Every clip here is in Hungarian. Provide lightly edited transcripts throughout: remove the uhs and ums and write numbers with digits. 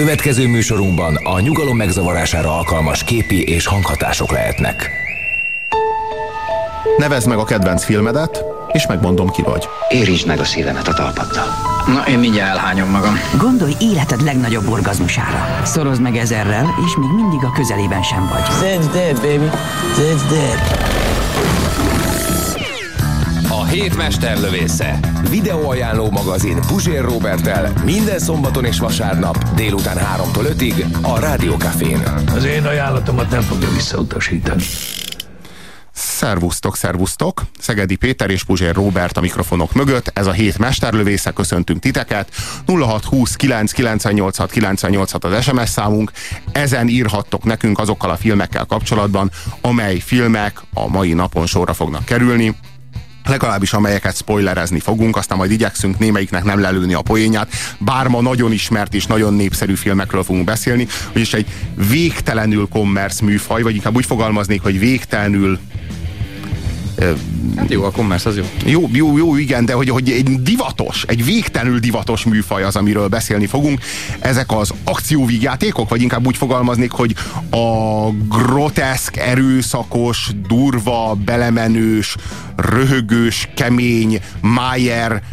Következő műsorunkban a nyugalom megzavarására alkalmas képi és hanghatások lehetnek. Nevezd meg a kedvenc filmedet, és megmondom, ki vagy. Érintsd meg a szívemet a talpaddal. Na, én mindjárt elhányom magam. Gondolj életed legnagyobb orgazmusára. Szorozd meg 1000-rel, és még mindig a közelében sem vagy. That's dead, baby. That's dead. A hét mesterlövésze. Videóajánló magazin Puzsér Róberttel minden szombaton és vasárnap délután 3-tól 5-ig a Rádió Cafén. Az én ajánlatomat nem fogja visszautasítani. Szervusztok! Szegedi Péter és Puzsér Róbert a mikrofonok mögött. Ez a hét mesterlövésze, köszöntünk titeket. 0620 998 986 az SMS számunk. Ezen írhattok nekünk azokkal a filmekkel kapcsolatban, amely filmek a mai napon sorra fognak kerülni. Legalábbis amelyeket spoilerezni fogunk, aztán majd igyekszünk némelyiknek nem lelőni a poénját, bár ma nagyon ismert és nagyon népszerű filmekről fogunk beszélni, vagyis egy végtelenül commerce műfaj, vagy inkább úgy fogalmaznék, hogy végtelenül hát jó, a commerce az jó. Jó, igen, de hogy egy végtelenül divatos műfaj az, amiről beszélni fogunk. Ezek az akcióvígjátékok, vagy inkább úgy fogalmaznék, hogy a groteszk, erőszakos, durva, belemenős, röhögős, kemény, Mayer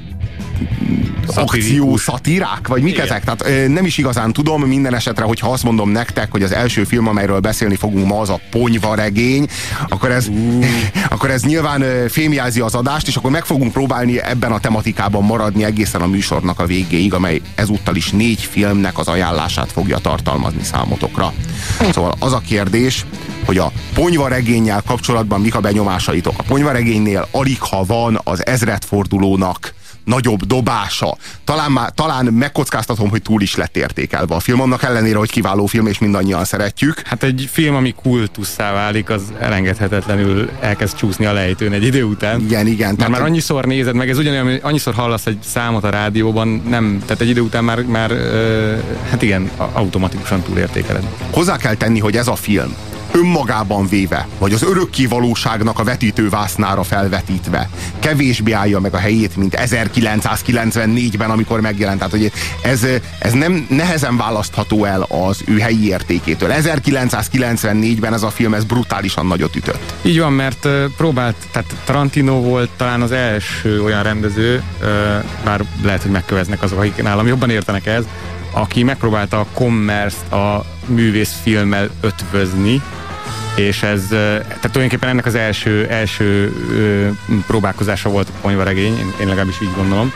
akciószatirák, vagy mik ezek? Tehát nem is igazán tudom, minden esetre, hogyha azt mondom nektek, hogy az első film, amelyről beszélni fogunk ma, az a Ponyvaregény, akkor ez nyilván fémjelzi az adást, és akkor meg fogunk próbálni ebben a tematikában maradni egészen a műsornak a végéig, amely ezúttal is 4 filmnek az ajánlását fogja tartalmazni számotokra. Szóval az a kérdés, hogy a Ponyvaregénnyel kapcsolatban mik a benyomásaitok. A Ponyvaregénynél aligha van az ezredfordulónak nagyobb dobása. Talán megkockáztatom, hogy túl is lett értékelve a film, annak ellenére, hogy kiváló film, és mindannyian szeretjük. Hát egy film, ami kultusszá válik, az elengedhetetlenül elkezd csúszni a lejtőn egy idő után. Igen. Már annyiszor nézed meg, ez ugyanolyan, hogy annyiszor hallasz egy számot a rádióban, tehát egy idő után már hát igen, automatikusan túlértékeled. Hozzá kell tenni, hogy ez a film önmagában véve, vagy az örökké valóságnak a vetítővásznára felvetítve kevésbé állja meg a helyét, mint 1994-ben, amikor megjelent. Tehát, hogy ez nem nehezen választható el az ő helyi értékétől. 1994-ben ez a film brutálisan nagyot ütött. Így van, mert tehát Tarantino volt talán az első olyan rendező, bár lehet, hogy megköveznek azok, akik nálam jobban értenek ez, aki megpróbálta a commerce-t a művészfilmmel ötvözni, és ez, tehát tulajdonképpen ennek az első próbálkozása volt a Ponyvaregény, én legalábbis így gondolom,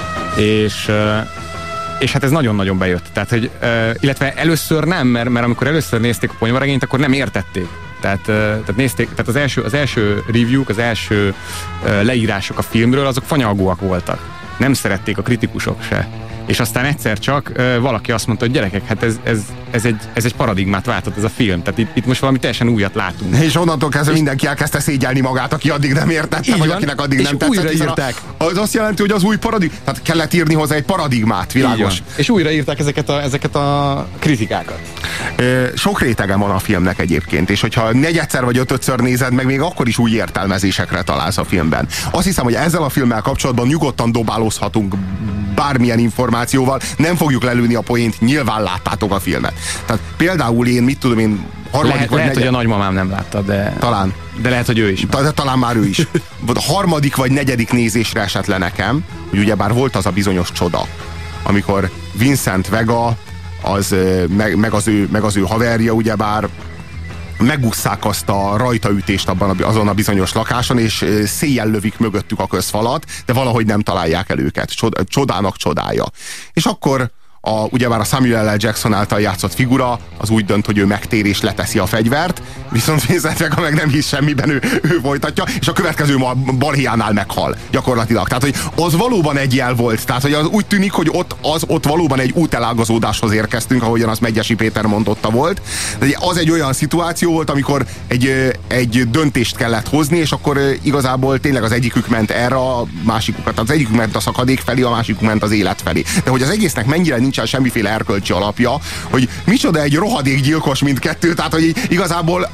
és hát ez nagyon-nagyon bejött. Tehát, hogy, illetve először nem, mert amikor először nézték a Ponyvaregényt, akkor nem értették. Tehát nézték, tehát az első review-k, az első leírások a filmről, azok fanyalgóak voltak. Nem szerették a kritikusok se. És aztán egyszer csak valaki azt mondta, hogy gyerekek, hát ez egy paradigmát váltott ez a film. Tehát itt most valami teljesen újat látunk. És onnantól kezdve mindenki elkezdte szégyelni magát, aki addig nem értette, vagy akinek addig nem tetszett. Újraírták. Az azt jelenti, hogy az új paradigmát, tehát kellett írni hozzá egy paradigmát, világos. És újraírták ezeket a kritikákat. Sok rétege van a filmnek egyébként, és hogyha 4-szer vagy 5-ször nézed meg, még akkor is új értelmezésekre találsz a filmben. Azt hiszem, hogy ezzel a filmmel kapcsolatban nyugodtan dobálózhatunk bármilyen információval, nem fogjuk lelőni a poént, nyilván láttátok a filmet. Tehát például lehet, hogy a nagymamám nem látta, de... Talán. De lehet, hogy ő is. Talán már ő is. A harmadik vagy negyedik nézésre esett le nekem, hogy ugyebár volt az a bizonyos csoda, amikor Vincent Vega, meg az ő haverja, ugyebár megússzák azt a rajtaütést azon a bizonyos lakáson, és széjjel lövik mögöttük a közfalat, de valahogy nem találják el őket. Csodának csodája. És akkor ugyebár a Samuel L. Jackson által játszott figura az úgy dönt, hogy ő megtér és leteszi a fegyvert, viszont Vincent Vega meg nem hisz semmiben, ő folytatja, és a következő balhéjánál meghal gyakorlatilag. Tehát, hogy az valóban egy jel volt. Tehát, hogy az úgy tűnik, hogy ott valóban egy útelágazódáshoz érkeztünk, ahogyan az Megyesi Péter mondotta volt. De az egy olyan szituáció volt, amikor egy döntést kellett hozni, és akkor igazából tényleg az egyikük ment erre, a másikuk, tehát az egyikük ment a szakadék felé, a másikuk ment az élet felé. De hogy az egésznek mennyire nincs nincsen semmiféle erkölcsi alapja, hogy micsoda egy rohadékgyilkos mindkettő, tehát hogy igazából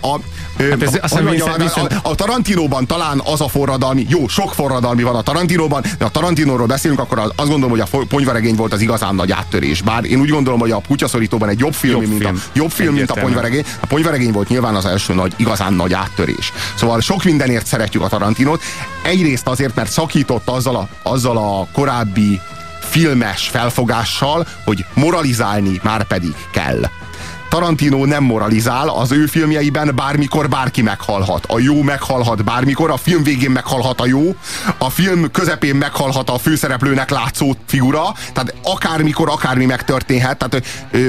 a Tarantinóban talán az a forradalmi, jó, sok forradalmi van a Tarantinóban, de a Tarantinóról beszélünk, akkor azt gondolom, hogy a Ponyvaregény volt az igazán nagy áttörés. Bár én úgy gondolom, hogy a Kutyaszorítóban egy jobb film, mint a Ponyvaregény. A Ponyvaregény volt nyilván az első igazán nagy áttörés. Szóval sok mindenért szeretjük a Tarantinót. Egyrészt azért, mert szakított azzal a korábbi filmes felfogással, hogy moralizálni már pedig kell. Tarantino nem moralizál, az ő filmjeiben bármikor bárki meghalhat. A jó meghalhat bármikor, a film végén meghalhat a jó, a film közepén meghalhat a főszereplőnek látszó figura, tehát akármikor, akármi megtörténhet. Tehát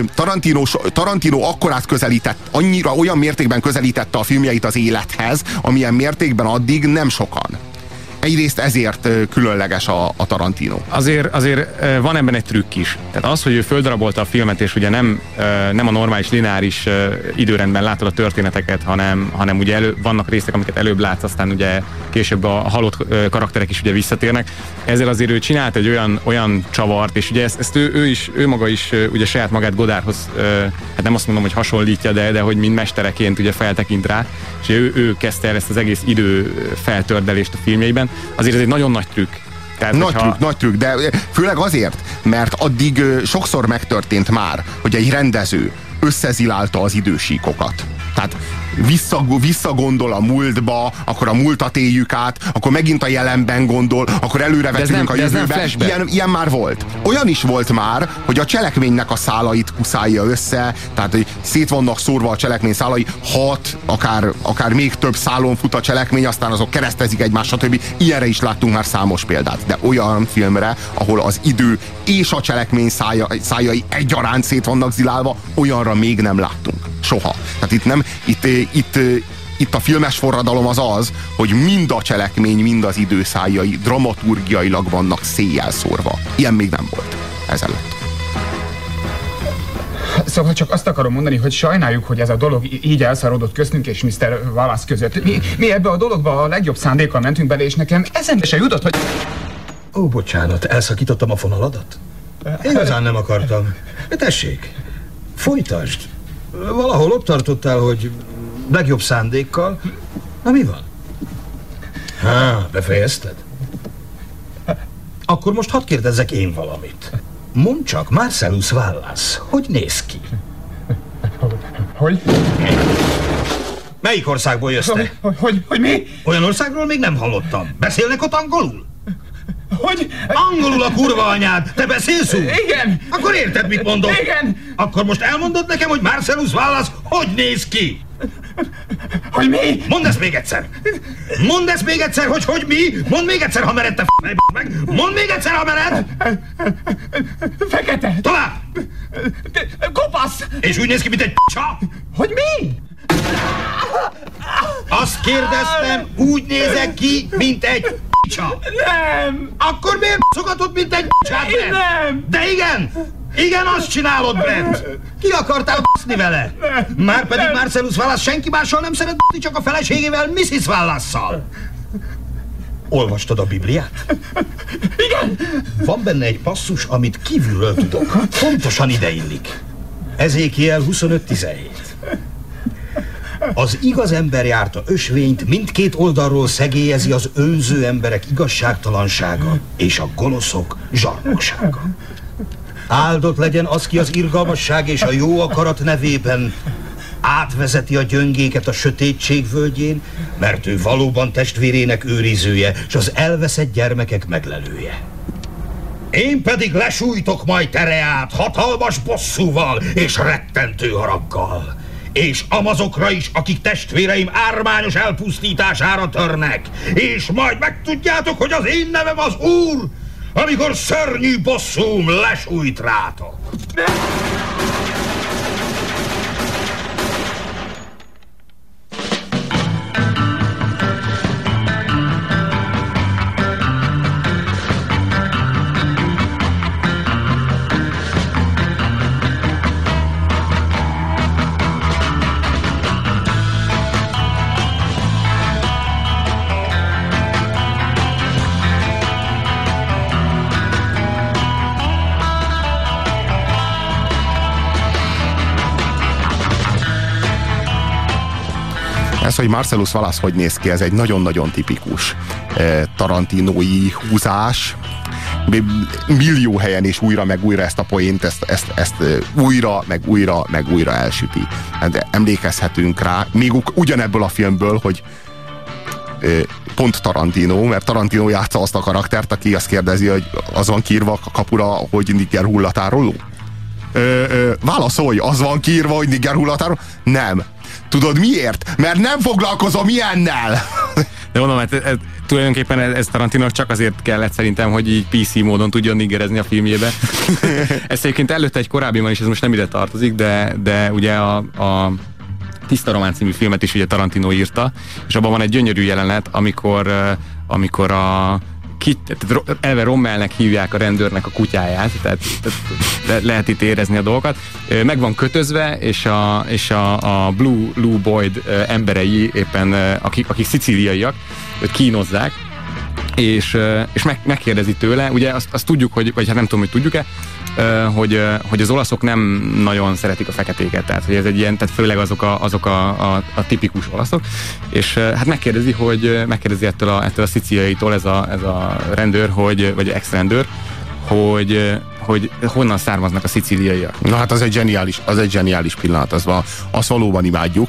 Tarantino akkorát közelített, olyan mértékben közelítette a filmjeit az élethez, amilyen mértékben addig nem sokan. Egyrészt ezért különleges a Tarantino. Azért van ebben egy trükk is. Tehát az, hogy ő földarabolta a filmet, és ugye nem a normális, lineáris időrendben látod a történeteket, hanem ugye vannak részek, amiket előbb látsz, aztán ugye később a halott karakterek is ugye visszatérnek. Ezzel azért ő csinált egy olyan csavart, és ugye ezt ő maga is ugye saját magát Godardhoz, hát nem azt mondom, hogy hasonlítja, de hogy mind mestereként ugye feltekint rá, és ő kezdte el ezt az egész idő feltördelést a filmjeiben. Azért ez egy nagyon nagy trükk. Tehát, nagy trükk, de főleg azért, mert addig sokszor megtörtént már, hogy egy rendező összezilálta az idősíkokat. Tehát visszagondol a múltba, akkor a múltat éljük át, akkor megint a jelenben gondol, akkor előrevetülünk a jövőbe. Ilyen már volt. Olyan is volt már, hogy a cselekménynek a szálait kuszálja össze, tehát hogy szét vannak szórva a cselekmény szálai, 6, akár még több szálon fut a cselekmény, aztán azok keresztezik egymást, stb. Ilyenre is láttunk már számos példát. De olyan filmre, ahol az idő és a cselekmény szájai egyaránt szét vannak zilálva, olyanra még nem láttunk. Soha. Tehát itt a filmes forradalom az, hogy mind a cselekmény, mind az időszájai dramaturgiailag vannak széjjel szórva. Ilyen még nem volt ezelőtt. Szóval csak azt akarom mondani, hogy sajnáljuk, hogy ez a dolog így elszarodott köztünk és Mr. Wallace között. Mi ebbe a dologba a legjobb szándékkal mentünk bele, és nekem eszembe se jutott, hogy... Ó, bocsánat, elszakítottam a fonaladat? Igazán nem akartam. Tessék, folytasd. Valahol ott tartottál, hogy legjobb szándékkal. Na mi van? Befejezted? Akkor most hadd kérdezzek én valamit. Mondd csak, Marcellus Wallace, hogy néz ki? Hogy? Melyik országból jössz te? Hogy mi? Olyan országról még nem hallottam. Beszélnek ott angolul? Hogy? Angolul a kurva anyád! Te beszélsz úgy? Igen! Akkor érted, mit mondok? Igen! Akkor most elmondod nekem, hogy Marcellus Wallace hogy néz ki? Hogy mi? Mondd ezt még egyszer! Mondd ezt még egyszer, hogy mi? Mondd még egyszer, ha mered, te meg! Mondd még egyszer, ha mered! Fekete! Tovább! Kopasz! És úgy néz ki, mint egy p***a? Hogy mi? Azt kérdeztem, úgy nézek ki, mint egy p***a. Nem! Akkor miért szogatod, mint egy p***át, Brent? Nem! De igen! Igen, azt csinálod, Brent! Ki akartál b***ni vele? Márpedig Marcellus Wallace senki mással nem szeret b***ni, csak a feleségével, Mrs. Wallace-szal. Olvastad a Bibliát? Igen! Van benne egy passzus, amit kívülről tudok. Pontosan ideillik. Ezékiel 25:17. Az igaz ember járta ösvényt, mindkét oldalról szegélyezi az önző emberek igazságtalansága és a gonoszok zsarnoksága. Áldott legyen az, ki az irgalmasság és a jó akarat nevében átvezeti a gyöngéket a sötétség völgyén, mert ő valóban testvérének őrizője, és az elveszett gyermekek meglelője. Én pedig lesújtok majd Tereát hatalmas bosszúval és rettentő haraggal, és amazokra is, akik testvéreim ármányos elpusztítására törnek, és majd megtudjátok, hogy az én nevem az Úr, amikor szörnyű bosszúm lesújt rátok. Ez, hogy Marcellus Wallace hogy néz ki, ez egy nagyon-nagyon tipikus tarantinói húzás. Millió helyen és újra meg újra ezt a poént, ezt újra, meg újra, meg újra elsüti. De emlékezhetünk rá, még ugyanebből a filmből, hogy pont Tarantino, mert Tarantino játsza azt a karaktert, aki azt kérdezi, hogy az van kiírva a kapura, hogy nigger hullatároló? Válaszolj, az van kiírva, hogy nigger hullatároló? Nem. Tudod miért? Mert nem foglalkozom ilyennel! De mondom, hát tulajdonképpen ez Tarantinos csak azért kellett szerintem, hogy így PC módon tudjon niggerezni a filmjébe. Ez egyébként előtte egy korábbiban is, ez most nem ide tartozik, de ugye a Tiszta Román című filmet is ugye Tarantino írta, és abban van egy gyönyörű jelenet, amikor elve Rommelnek hívják a rendőrnek a kutyáját, tehát lehet itt érezni a dolgokat. Meg van kötözve, és a Blue Boyd emberei éppen, akik szicíliaiak, őt kínozzák, és megkérdezi tőle, ugye azt tudjuk, vagy hát nem tudom, hogy tudjuk-e, hogy az olaszok nem nagyon szeretik a feketéket, tehát hogy ez egy ilyen, tehát főleg azok a tipikus olaszok, és hát megkérdezi ettől a szicíliaitól ez a rendőr, vagy ex-rendőr, hogy honnan származnak a szicíliaiak. Na hát az egy zseniális pillanat, azt valóban imádjuk.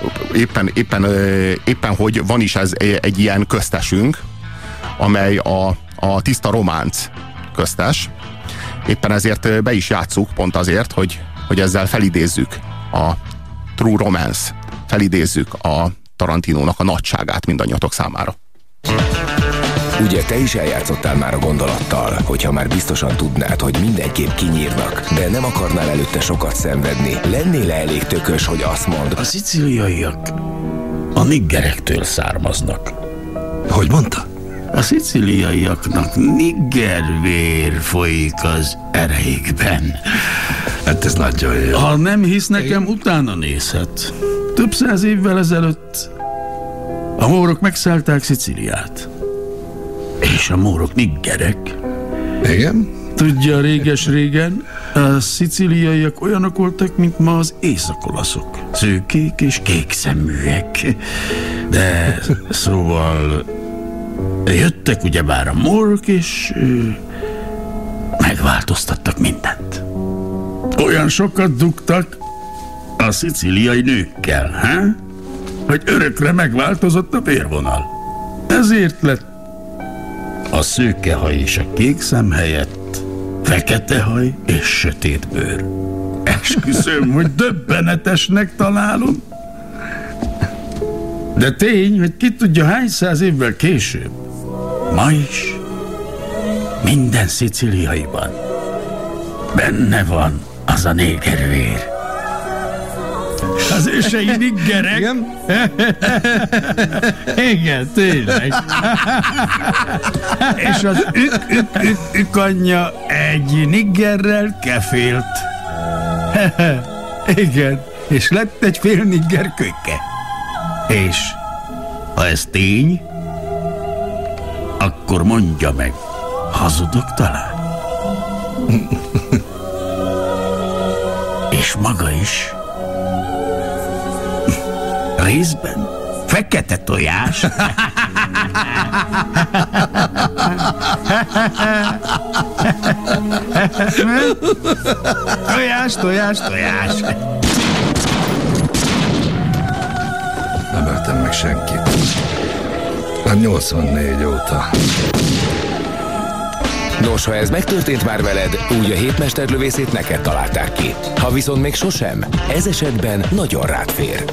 Éppen hogy van is ez egy ilyen köztesünk, amely a Tiszta Románc köztes. Éppen ezért be is játsszuk, pont azért, hogy ezzel felidézzük a True Romance, felidézzük a Tarantinónak a nagyságát mindannyiatok számára. Ugye te is eljátszottál már a gondolattal, hogyha már biztosan tudnád, hogy mindenképp kinyírnak, de nem akarnál előtte sokat szenvedni, lennél elég tökös, hogy azt mondd. A szicíliaiak a niggerektől származnak. Hogy mondta? A szicíliaiaknak niggervér folyik az ereikben. Hát ez nagyon jó. Ha nem hisz nekem, utána nézhet. Több száz évvel ezelőtt a mórok megszállták Szicíliát. És a mórok niggerek. Igen? Tudja, réges-régen a szicíliaiak olyanok voltak, mint ma az északolaszok. Szőkék és kékszeműek. De szóval jöttek ugyebár a mórok, és megváltoztattak mindent. Olyan sokat dugtak a szicíliai nőkkel, hogy örökre megváltozott a vérvonal. Ezért lett a szőkehaj és a kékszem helyett fekete haj és sötét bőr. Esküszöm, hogy döbbenetesnek találom. De tény, hogy ki tudja hány száz évvel később, ma is minden szicíliaiban benne van az a négervér. Az ősei niggerek. Igen? Igen, tényleg. És az ük anyja egy niggerrel kefélt. Igen, és lett egy fél nigger kölyke. És ha ez tény, akkor mondja meg, hazudok talán? És maga is részben fekete tojás. Tojás. Nem öltem meg senkit. Már 84 óta. Nos, ha ez megtörtént már veled, úgy a hétmesterlövészét neked találták ki. Ha viszont még sosem, ez esetben nagyon rád fér.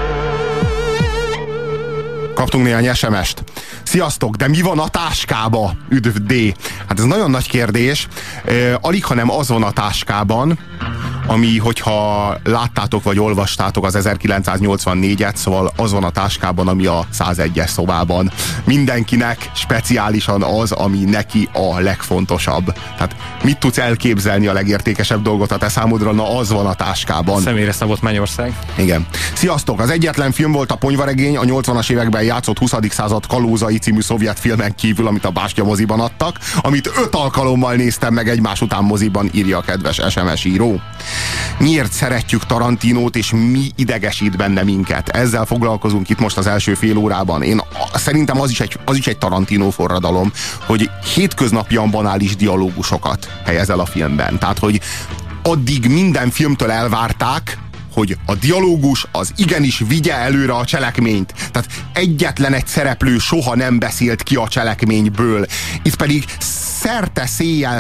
Kaptunk néhány SMS-t. Sziasztok, de mi van a táskába? Üdv D. Hát ez nagyon nagy kérdés. Alig, hanem az van a táskában, ami, hogyha láttátok vagy olvastátok az 1984-et, szóval az van a táskában, ami a 101-es szobában. Mindenkinek speciálisan az, ami neki a legfontosabb. Tehát mit tudsz elképzelni a legértékesebb dolgot a te számodra? Na, az van a táskában. Személyre szabott Mennyország. Igen. Sziasztok! Az egyetlen film volt a Ponyvaregény, a 80-as években játszott 20. század kalózai című szovjet filmen kívül, amit a Bástya moziban adtak, amit 5 alkalommal néztem meg egymás után moziban, írja a kedves SMS író. Miért szeretjük Tarantinót, és mi idegesít benne minket? Ezzel foglalkozunk itt most az első fél órában. Szerintem az is egy Tarantino forradalom, hogy hétköznapian banális dialógusokat helyez el a filmben. Tehát, hogy addig minden filmtől elvárták, hogy a dialógus az igenis vigye előre a cselekményt. Tehát egyetlen egy szereplő soha nem beszélt ki a cselekményből. Itt pedig szerte széjjel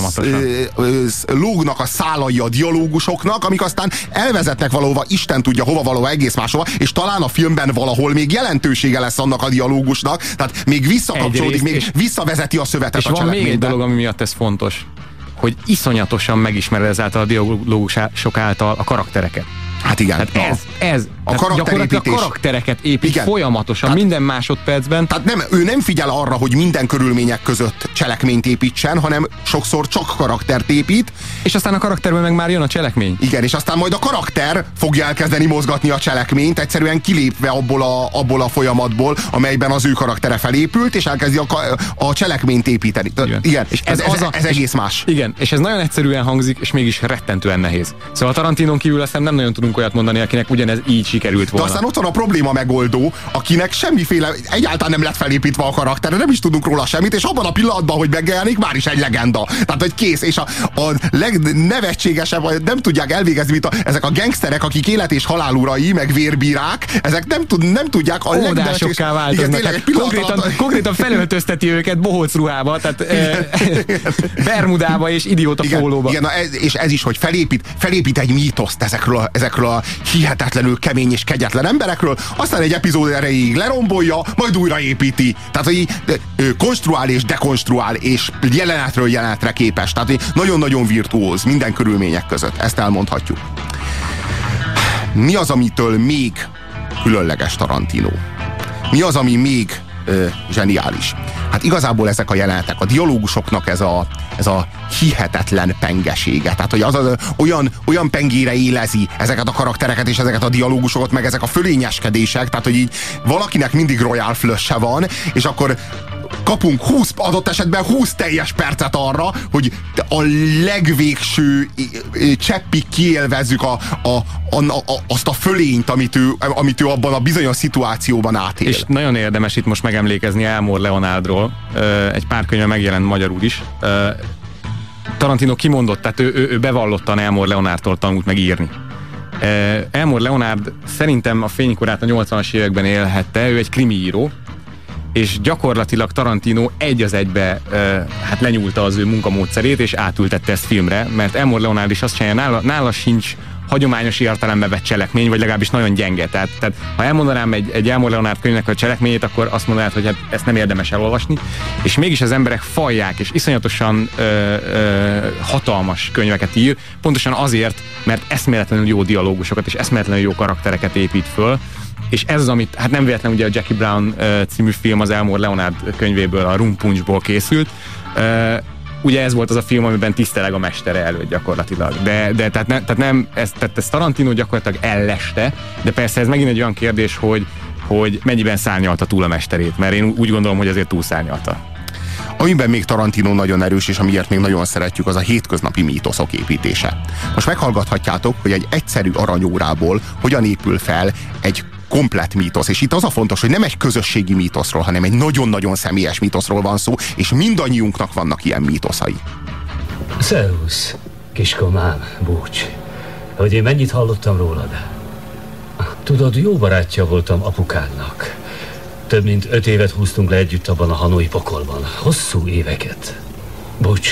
lógnak a szálai a dialógusoknak, amik aztán elvezetnek valahova, Isten tudja hova, valahova egész máshova, és talán a filmben valahol még jelentősége lesz annak a dialógusnak, tehát még visszakapcsolódik, még visszavezeti a szövetet a cselekményben. És van még egy dolog, ami miatt ez fontos, hogy iszonyatosan megismered ezáltal a dialógusok által a karaktereket. Hát igen. Tehát ez gyakorlatilag karaktereket épít folyamatosan, tehát, minden másodpercben. Tehát ő nem figyel arra, hogy minden körülmények között cselekményt építsen, hanem sokszor csak karaktert épít. És aztán a karakterben meg már jön a cselekmény. Igen, és aztán majd a karakter fogja elkezdeni mozgatni a cselekményt, egyszerűen kilépve abból a folyamatból, amelyben az ő karaktere felépült, és elkezdi a cselekményt építeni. Igen. És ez egész más. Igen, és ez nagyon egyszerűen hangzik, és mégis rettentően nehéz. Szóval a Tarantinon kívül aztán nem nagyon tudunk olyat mondani, akinek ugyanez így sikerült volna. De aztán ott van a probléma megoldó, akinek semmiféle, egyáltalán nem lett felépítve a karakter, nem is tudunk róla semmit, és abban a pillanatban, hogy megjelenik, már is egy legenda. Tehát, hogy kész, és a legnevetségesebb, nem tudják elvégezni, mint ezek a gangsterek, akik élet és halál urai, meg vérbírák, ezek nem tudják a óvodásokká változnak. Konkrétan felöltözteti őket bohóc ruhába, tehát bermudába és idióta pólóba. Igen, és ez is, hogy felépít egy mítoszt ezekről a hihetetlenül kemény és kegyetlen emberekről, aztán egy epizód erejéig lerombolja, majd újraépíti. Tehát, hogy konstruál és dekonstruál, és jelenetről jelenetre képes. Tehát nagyon-nagyon virtuóz minden körülmények között. Ezt elmondhatjuk. Mi az, amitől még különleges Tarantino? Mi az, ami még zseniális? Hát igazából ezek a jelenetek, a dialógusoknak ez a hihetetlen pengesége. Tehát, hogy olyan pengére élezi ezeket a karaktereket és ezeket a dialógusokat, meg ezek a fölényeskedések, tehát, hogy így valakinek mindig Royal Flush-e van, és akkor kapunk adott esetben 20 teljes percet arra, hogy a legvégső cseppig kiélvezzük azt a fölényt, amit ő abban a bizonyos szituációban átél. És nagyon érdemes itt most megemlékezni Elmore Leonardról. Egy pár könyve megjelent magyarul is. Tarantino kimondott, tehát ő bevallottan Elmore Leonardtól tanult meg írni. Elmore Leonard szerintem a fénykorát a 80-as években élhette, ő egy krimiíró, és gyakorlatilag Tarantino egy az egybe hát lenyúlta az ő munkamódszerét, és átültette ezt filmre, mert Elmore Leonard is azt csinálja, nála sincs hagyományos értelembe vett cselekmény, vagy legalábbis nagyon gyenge. Tehát ha elmondanám egy Elmore Leonard könyvnek a cselekményét, akkor azt mondanád, hogy hát ezt nem érdemes elolvasni, és mégis az emberek fajják, és iszonyatosan hatalmas könyveket ír, pontosan azért, mert eszméletlenül jó dialógusokat és eszméletlenül jó karaktereket épít föl, és ez az, amit, hát nem véletlen ugye a Jackie Brown című film az Elmore Leonard könyvéből, a Rum Punchból készült. Ugye ez volt az a film, amiben tiszteleg a mestere előtt gyakorlatilag. Tehát ez Tarantino gyakorlatilag elleste, de persze ez megint egy olyan kérdés, hogy mennyiben szárnyalta túl a mesterét, mert én úgy gondolom, hogy azért túl szárnyalta. Amiben még Tarantino nagyon erős, és amiért még nagyon szeretjük, az a hétköznapi mítoszok építése. Most meghallgathatjátok, hogy egy egyszerű aranyórából hogyan épül fel egy komplett mítosz. És itt az a fontos, hogy nem egy közösségi mítoszról, hanem egy nagyon-nagyon személyes mítoszról van szó, és mindannyiunknak vannak ilyen mítoszai. Szervusz, kiskomám, búcs, hogy én mennyit hallottam rólad. Tudod, jó barátja voltam apukádnak. Több mint 5 évet húztunk le együtt abban a hanoi pokolban. Hosszú éveket. Búcs,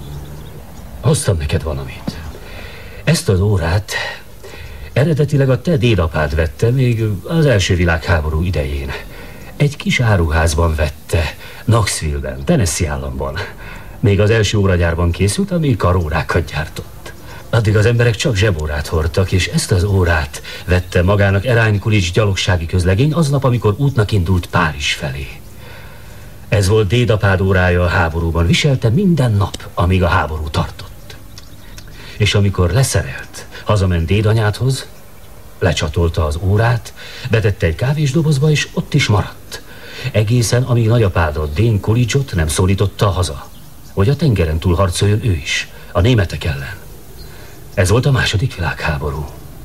hoztam neked valamit. Ezt az órát eredetileg a te dédapád vette még az első világháború idején. Egy kis áruházban vette, Knoxville-ben, Tennessee államban. Még az első óragyárban készült, ami karórákat gyártott. Addig az emberek csak zsebórát hordtak, és ezt az órát vette magának Erain Coolidge gyalogsági közlegény aznap, amikor útnak indult Párizs felé. Ez volt dédapád órája a háborúban, viselte minden nap, amíg a háború tartott. És amikor leszerelt, hazament dédanyádhoz, lecsatolta az órát, betette egy kávésdobozba, és ott is maradt. Egészen, amíg nagyapádot, Dane Coolidge-ot nem szólította haza, hogy a tengeren túl harcoljon ő is, a németek ellen. Ez volt a II. Világháború.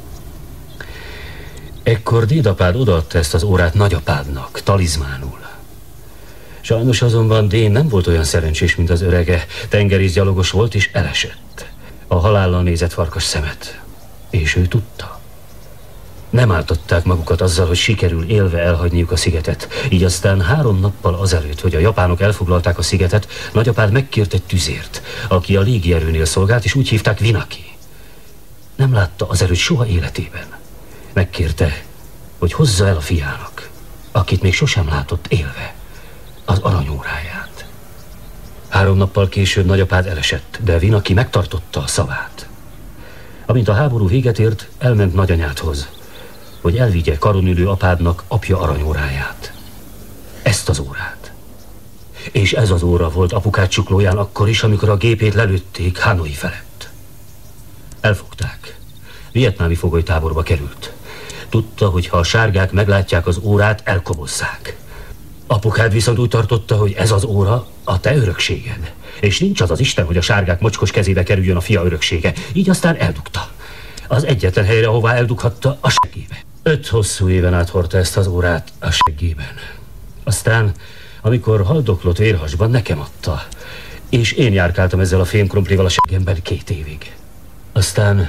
Ekkor dédapád odaadta ezt az órát nagyapádnak, talizmánul. Sajnos azonban Dén nem volt olyan szerencsés, mint az örege. Tengerészgyalogos volt és elesett. A halállal nézett farkas szemet. És ő tudta. Nem ártották magukat azzal, hogy sikerül élve elhagyniuk a szigetet. Így aztán 3 nappal azelőtt, hogy a japánok elfoglalták a szigetet, nagyapád megkért egy tüzért, aki a légierőnél szolgált, és úgy hívták Vinaki. Nem látta azelőtt soha életében. Megkérte, hogy hozza el a fiának, akit még sosem látott élve, az aranyóráját. 3 nappal később nagyapád elesett, de Vinaki megtartotta a szavát. Amint a háború véget ért, elment nagyanyádhoz, hogy elvigye karonülő apádnak apja aranyóráját. Ezt az órát. És ez az óra volt apukád csuklóján akkor is, amikor a gépét lelőtték Hanoi felett. Elfogták. Vietnámi fogolytáborba került. Tudta, hogy ha a sárgák meglátják az órát, elkobozzák. Apukád viszont úgy tartotta, hogy ez az óra a te örökséged. És nincs az az Isten, hogy a sárgák mocskos kezébe kerüljön a fia öröksége. Így aztán eldugta. Az egyetlen helyre, ahová eldughatta, a seggébe. 5 hosszú éven át hordta ezt az órát a seggében. Aztán, amikor haldoklott vérhasban, nekem adta. És én járkáltam ezzel a fémkrumplival a seggemben 2 évig. Aztán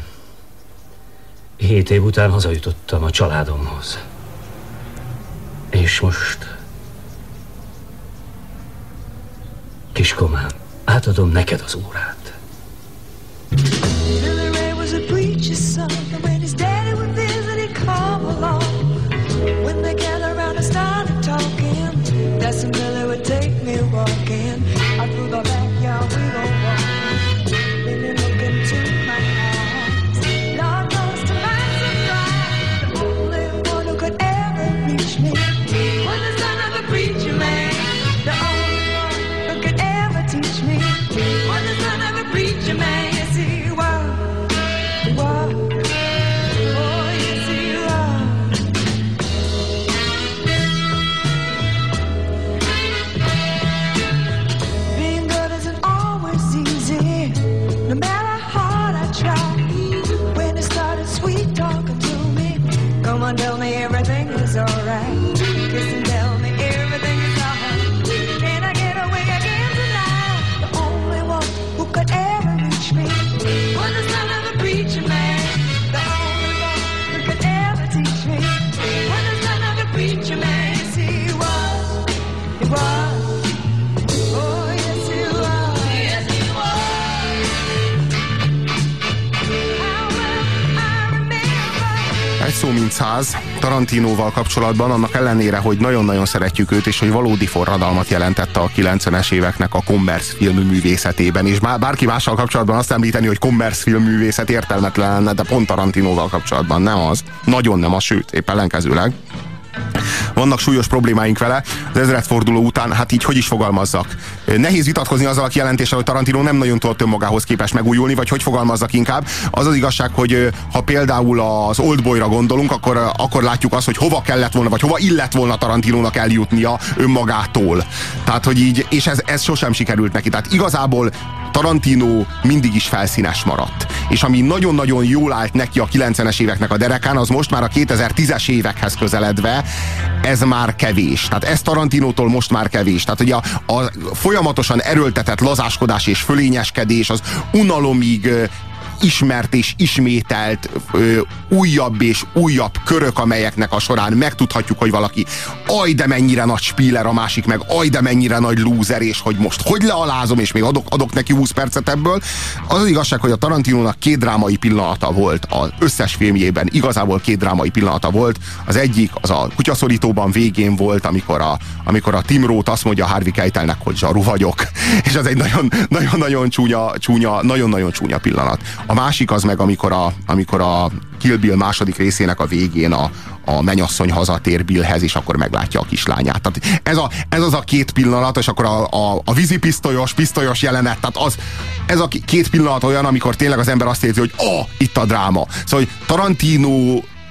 7 év után hazajutottam a családomhoz. És most... Kiskomám, átadom neked az órát. Tell me everything is alright. Kiss and tell me everything is alright. Can I get away again tonight? The only one who could ever reach me was the son of a preacher man. The only one who could ever teach me was the son of a preacher man. Yes, he was. He was. Oh, yes, he was. Yes, he was. How well I remember. Egy szó mint 100 Tarantinóval kapcsolatban, annak ellenére, hogy nagyon-nagyon szeretjük őt, és hogy valódi forradalmat jelentette a 90-es éveknek a kommersz filmművészetében, és bárki mással kapcsolatban azt említeni, hogy kommersz filmművészet értelmetlen lenne, de pont Tarantinóval kapcsolatban nem az. Nagyon nem az, sőt, épp ellenkezőleg. Vannak súlyos problémáink vele, az ezredforduló után, hát így hogy is fogalmazzak. Nehéz vitatkozni azzal a kijelentéssel, hogy Tarantino nem nagyon tudott önmagához képest megújulni, vagy hogy fogalmazzak inkább. Az az igazság, hogy ha például az Oldboyra gondolunk, akkor látjuk azt, hogy hova kellett volna, vagy hova illett volna Tarantinónak eljutnia önmagától. Tehát, hogy így, és ez sosem sikerült neki. Tehát igazából Tarantino mindig is felszínes maradt. És ami nagyon-nagyon jól állt neki a 90-es éveknek a derekán, az most már a 2010-es évekhez közeledve, ez már kevés. Tehát ez Tarantinótól most már kevés. Tehát ugye a folyamatosan erőltetett lazáskodás és fölényeskedés, az unalomig ismert és ismételt újabb és újabb körök, amelyeknek a során megtudhatjuk, hogy valaki aj, de mennyire nagy spíler, a másik meg aj, de mennyire nagy lúzer, és hogy most hogy lealázom, és még adok neki 20 percet ebből. Az igazság, hogy a Tarantinónak 2 drámai pillanata volt az összes filmjében, igazából 2 drámai pillanata volt. Az egyik, az a Kutyaszorítóban végén volt, amikor a Tim Roth azt mondja Harvey Keitelnek, hogy zsaru vagyok, és ez egy nagyon-nagyon csúnya pillanat. A másik az meg, amikor a Kill Bill második részének a végén a mennyasszony hazatér Billhez, és akkor meglátja a kislányát. Tehát ez az a 2 pillanat, és akkor a vízipisztolyos jelenet, tehát ez a 2 pillanat olyan, amikor tényleg az ember azt érzi, hogy itt a dráma. Szóval, hogy Tarantino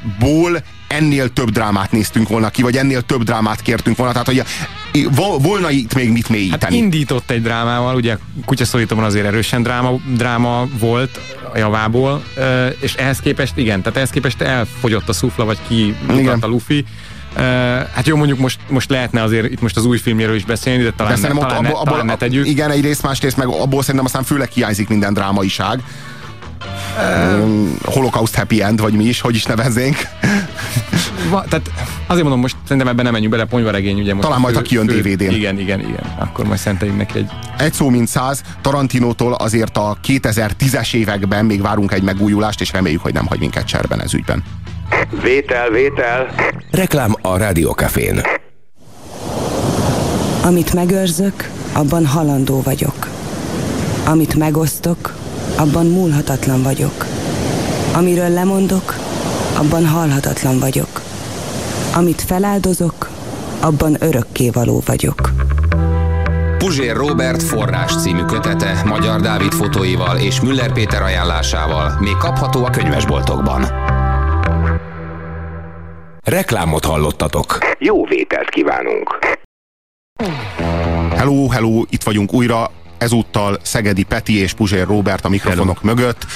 ból ennél több drámát néztünk volna ki, vagy ennél több drámát kértünk volna, tehát hogy volna itt még mit mélyíteni. Hát indított egy drámával, ugye Kutyaszorítóban azért erősen dráma volt a javából, és ehhez képest igen, tehát ehhez képest elfogyott a szufla, vagy kiugrott a lufi. Hát jó, mondjuk most lehetne azért itt most az új filmjéről is beszélni, de talán ne tegyük. Igen, egyrészt, másrészt meg abból szerintem aztán főleg hiányzik minden drámaiság. Holocaust happy end, vagy mi is, hogy is neveznénk. Tehát azért mondom, most szerintem ebben nem menjünk bele, Ponyvaregény, ugye most. Talán majd, ha kijön DVD-n. Igen. Akkor majd szenteljünk neki egy szó mint 100. Tarantinótól azért a 2010-es években még várunk egy megújulást, és reméljük, hogy nem hagy minket cserben ez ügyben. Vétel. Reklám a Rádiókafén. Amit megőrzök, abban halandó vagyok. Amit megosztok, abban múlhatatlan vagyok. Amiről lemondok, abban halhatatlan vagyok. Amit feláldozok, abban örökkévaló vagyok. Puzsér Róbert Forrás című kötete Magyar Dávid fotóival és Müller Péter ajánlásával még kapható a könyvesboltokban. Reklámot hallottatok. Jó vételt kívánunk! Hello, itt vagyunk újra. Ezúttal Szegedi Peti és Puzsér Róbert a mikrofonok mögött.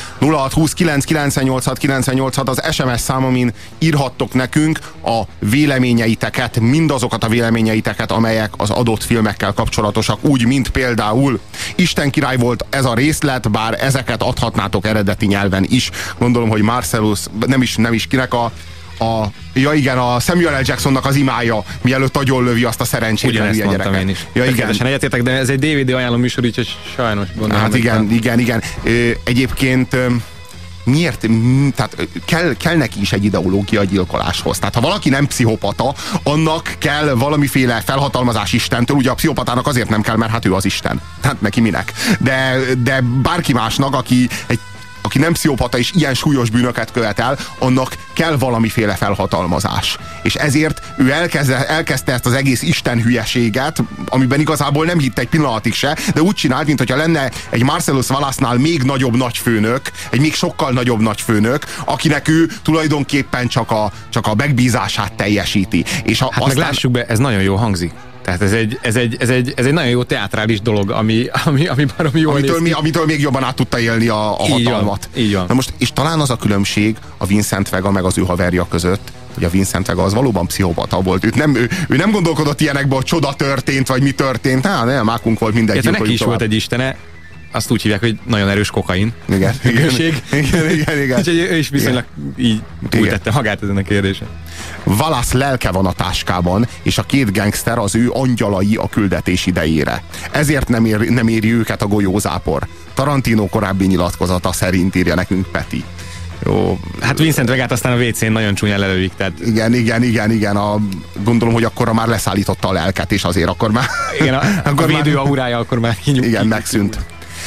0629986986 az SMS szám, amin írhattok nekünk a véleményeiteket, mindazokat a véleményeiteket, amelyek az adott filmekkel kapcsolatosak, úgy, mint például Isten király volt ez a részlet, bár ezeket adhatnátok eredeti nyelven is. Gondolom, hogy Marcellus, nem is kinek ja igen, a Samuel L. Jacksonnak az imája, mielőtt agyonlövi azt a szerencsétlen hülye gyereket. Én is. Ja, igen. Egyetértek, de ez egy DVD ajánló műsor, úgyhogy sajnos gondolom. Hát igen. Egyébként miért? Tehát kell neki is egy ideológia gyilkoláshoz. Tehát ha valaki nem pszichopata, annak kell valamiféle felhatalmazás Istentől. Ugye a pszichopatának azért nem kell, mert hát ő az Isten. Tehát neki minek? De bárki másnak, aki nem pszichopata és ilyen súlyos bűnöket követel, annak kell valamiféle felhatalmazás. És ezért ő elkezdte ezt az egész Isten hülyeséget, amiben igazából nem hitt egy pillanatig se, de úgy csinált, mintha lenne egy Marcellus Wallace-nál még nagyobb nagyfőnök, egy még sokkal nagyobb nagyfőnök, akinek ő tulajdonképpen csak a megbízását teljesíti. És hát aztán... meglássuk be, ez nagyon jó hangzik. Tehát ez egy nagyon jó teátrális dolog, ami baromi jól amitől még jobban át tudta élni a hatalmat. Így van. Na most, és talán az a különbség a Vincent Vega meg az ő haverja között, hogy a Vincent Vega az valóban pszichopata volt. Ő nem gondolkodott ilyenekbe, hogy csoda történt, vagy mi történt. Nem, mákunk volt mindegy. Neki is volt egy istene, azt úgy hívják, hogy nagyon erős kokain. Igen. Úgyhogy ő is viszonylag így túltette magát ezen a kérdésen. Wallace lelke van a táskában, és a két gangster az ő angyalai a küldetés idejére. Ezért nem éri őket a golyózápor. Tarantino korábbi nyilatkozata szerint, írja nekünk Peti. Jó. Hát Vincent Vegát aztán a WC-n nagyon csúnyán lelövik, tehát... Igen. Gondolom, hogy akkor már leszállította a lelket, és azért akkor már... Igen, a védő aurája akkor már kinyugodott. Igen, megszűnt.